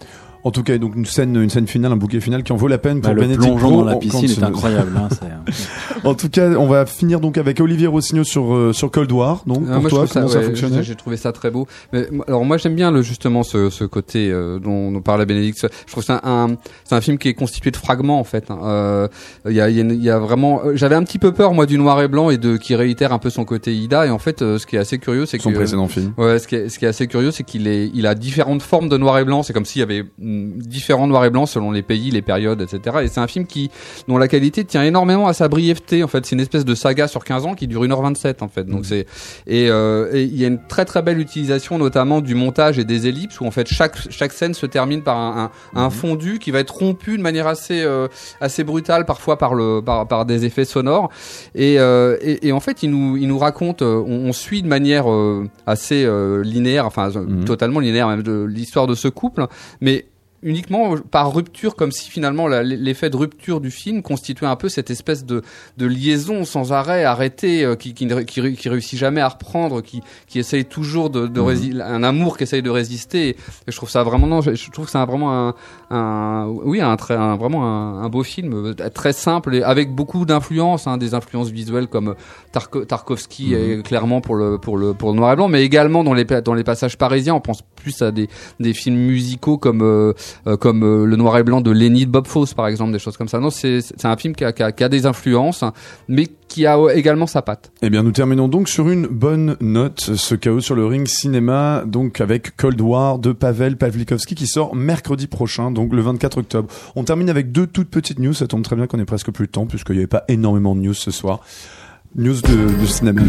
En tout cas, donc une scène, une scène finale, un bouquet final qui en vaut la peine pour bah, le Bénédicte plongeon Pro. dans la piscine est incroyable. Hein, c'est... En tout cas, on va finir donc avec Olivier Rossignol sur euh, sur Cold War. Donc Ah, pour moi, toi, je trouve comment ça, ça ouais, fonctionnait? J'ai trouvé ça très beau. Mais, alors moi j'aime bien le justement ce, ce côté euh, dont, dont parlait Bénédicte. Je trouve que c'est un, un c'est un film qui est constitué de fragments en fait. Il euh, y a il y a, il y a vraiment. J'avais un petit peu peur moi du noir et blanc et de qui réitère un peu son côté Ida. Et en fait, euh, ce qui est assez curieux, c'est son que précédent film. Ouais, ce qui est ce qui est assez curieux, c'est qu'il est il a différentes formes de noir et blanc. C'est comme s'il y avait mm, différents noirs et blancs selon les pays, les périodes, et cetera. Et c'est un film qui dont la qualité tient énormément à sa brièveté. En fait, c'est une espèce de saga sur quinze ans qui dure une heure vingt-sept en fait. Donc mmh. c'est et euh, et il y a une très très belle utilisation notamment du montage et des ellipses où en fait chaque chaque scène se termine par un un, un fondu qui va être rompu de manière assez euh, assez brutale parfois par le par par des effets sonores et euh, et, et en fait il nous il nous raconte euh, on, on suit de manière euh, assez euh, linéaire enfin mmh. totalement linéaire même de l'histoire de ce couple mais uniquement par rupture, comme si finalement la, l'effet de rupture du film constituait un peu cette espèce de, de liaison sans arrêt, arrêtée, euh, qui, qui, qui, qui réussit jamais à reprendre, qui, qui essaye toujours de, de mmh. rési- un amour qui essaye de résister. Et, et je trouve ça vraiment, non, je, je trouve que c'est un, vraiment un, un, oui, un très, un, vraiment un, un beau film, très simple et avec beaucoup d'influences, hein, des influences visuelles comme Tarko, Tarkovsky, mmh. et clairement pour le, pour le, pour le noir et blanc, mais également dans les, dans les passages parisiens, on pense plus à des, des films musicaux comme euh, Euh, comme euh, le noir et blanc de Lenny de Bob Fosse par exemple, des choses comme ça. Non, c'est c'est un film qui a, qui a, qui a des influences, mais qui a également sa patte. Eh bien, nous terminons donc sur une bonne note ce Chaos sur le ring cinéma, donc avec Cold War de Pavel Pawlikowski qui sort mercredi prochain, donc le vingt-quatre octobre. On termine avec deux toutes petites news. Ça tombe très bien qu'on ait presque plus de temps puisqu'il n'y avait pas énormément de news ce soir. News de, de cinéma.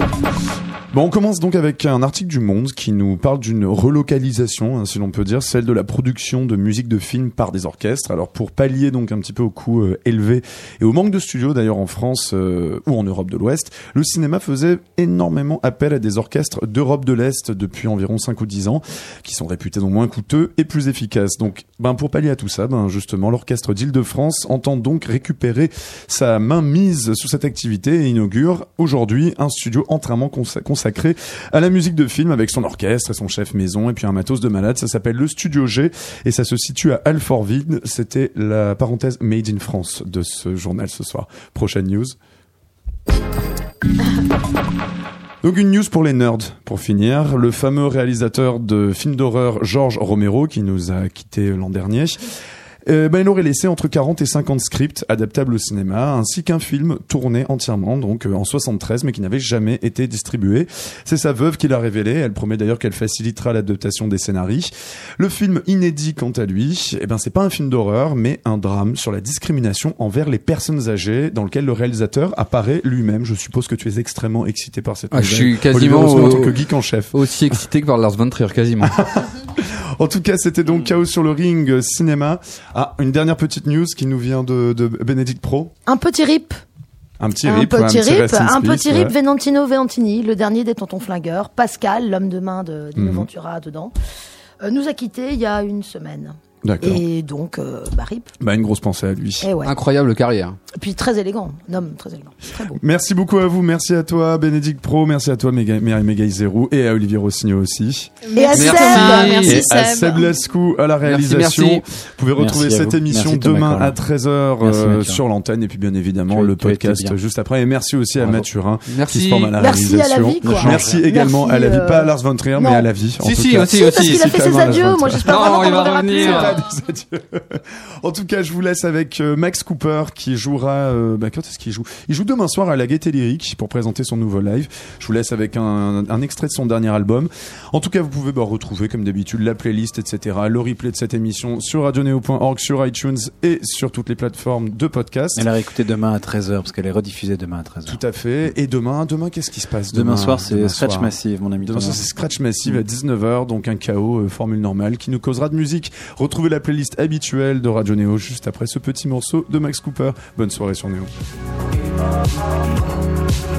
Bon, on commence donc avec un article du Monde qui nous parle d'une relocalisation, hein, si l'on peut dire, celle de la production de musique de film par des orchestres. Alors pour pallier donc un petit peu au coût euh, élevé et au manque de studios d'ailleurs en France euh, ou en Europe de l'Ouest, le cinéma faisait énormément appel à des orchestres d'Europe de l'Est depuis environ cinq ou dix ans, qui sont réputés donc moins coûteux et plus efficaces. Donc ben pour pallier à tout ça, ben justement l'orchestre d'Île-de-France entend donc récupérer sa main mise sous cette activité et inaugure aujourd'hui un studio entièrement consacré consacré à la musique de film avec son orchestre et son chef maison et puis un matos de malade. Ça s'appelle le Studio G et ça se situe à Alfortville. C'était la parenthèse Made in France de ce journal ce soir. Prochaine news. Donc une news pour les nerds, pour finir. Le fameux réalisateur de films d'horreur George Romero, qui nous a quittés l'an dernier, Euh, ben, il aurait laissé entre quarante et cinquante scripts adaptables au cinéma, ainsi qu'un film tourné entièrement, donc euh, en soixante-treize, mais qui n'avait jamais été distribué. C'est sa veuve qui l'a révélé. Elle promet d'ailleurs qu'elle facilitera l'adaptation des scénarios. Le film inédit, quant à lui, eh ben, c'est pas un film d'horreur, mais un drame sur la discrimination envers les personnes âgées, dans lequel le réalisateur apparaît lui-même. Je suppose que tu es extrêmement excité par cette ah, nouvelle. Je suis quasiment Olivier, au... en tant que geek en chef. Aussi excité que par Lars von Trier, quasiment. En tout cas, c'était donc Chaos sur le ring cinéma. Ah, une dernière petite news qui nous vient de, de Bénédicte Pro. Un petit rip. Un petit un rip, petit ouais, rip, un, un petit rip, ouais. Venantino Venantini, le dernier des Tontons Flingueurs, Pascal, l'homme de main de Dino mmh. Ventura dedans, euh, nous a quittés il y a une semaine. D'accord. Et donc, euh, bah, rip. Bah, une grosse pensée à lui. Et ouais. Incroyable carrière. Et puis très élégant, un homme très élégant, très beau. Merci beaucoup à vous, merci à toi Bénédicte Pro, merci à toi Mégaï Zérou et à Olivier Rossignol aussi. Et à Seb, merci et Seb. à Seb Lascou à la réalisation. Merci, merci. Vous pouvez retrouver merci cette émission demain à treize heures euh, sur l'antenne et puis bien évidemment tu, le tu podcast juste après. Et merci aussi à Bravo. Mathurin merci. qui se forme à la merci réalisation. À la vie, quoi. Merci également merci, à la vie, euh... pas à Lars von Trier, mais à la vie. Si, si, aussi, aussi. Parce qu'il a fait ses adieux, moi j'espère vraiment qu'on va revenir. En tout cas, je vous laisse avec euh, Max Cooper qui jouera. Euh, bah, quand est-ce qu'il joue ? Il joue demain soir à la Gaieté Lyrique pour présenter son nouveau live. Je vous laisse avec un, un extrait de son dernier album. En tout cas, vous pouvez bah, retrouver comme d'habitude la playlist, et cetera, le replay de cette émission sur radioneo point org, sur iTunes et sur toutes les plateformes de podcast. Elle a réécouté demain à treize heures parce qu'elle est rediffusée demain à treize heures. Tout à fait. Et demain, demain, qu'est-ce qui se passe demain, demain soir, c'est demain Scratch soir. Massive, mon ami. Demain soir, c'est Scratch Massive à dix-neuf heures, donc un chaos euh, formule normale qui nous causera de musique. Retrouvez la playlist habituelle de Radio Néo juste après ce petit morceau de Max Cooper. Bonne soirée sur Néo.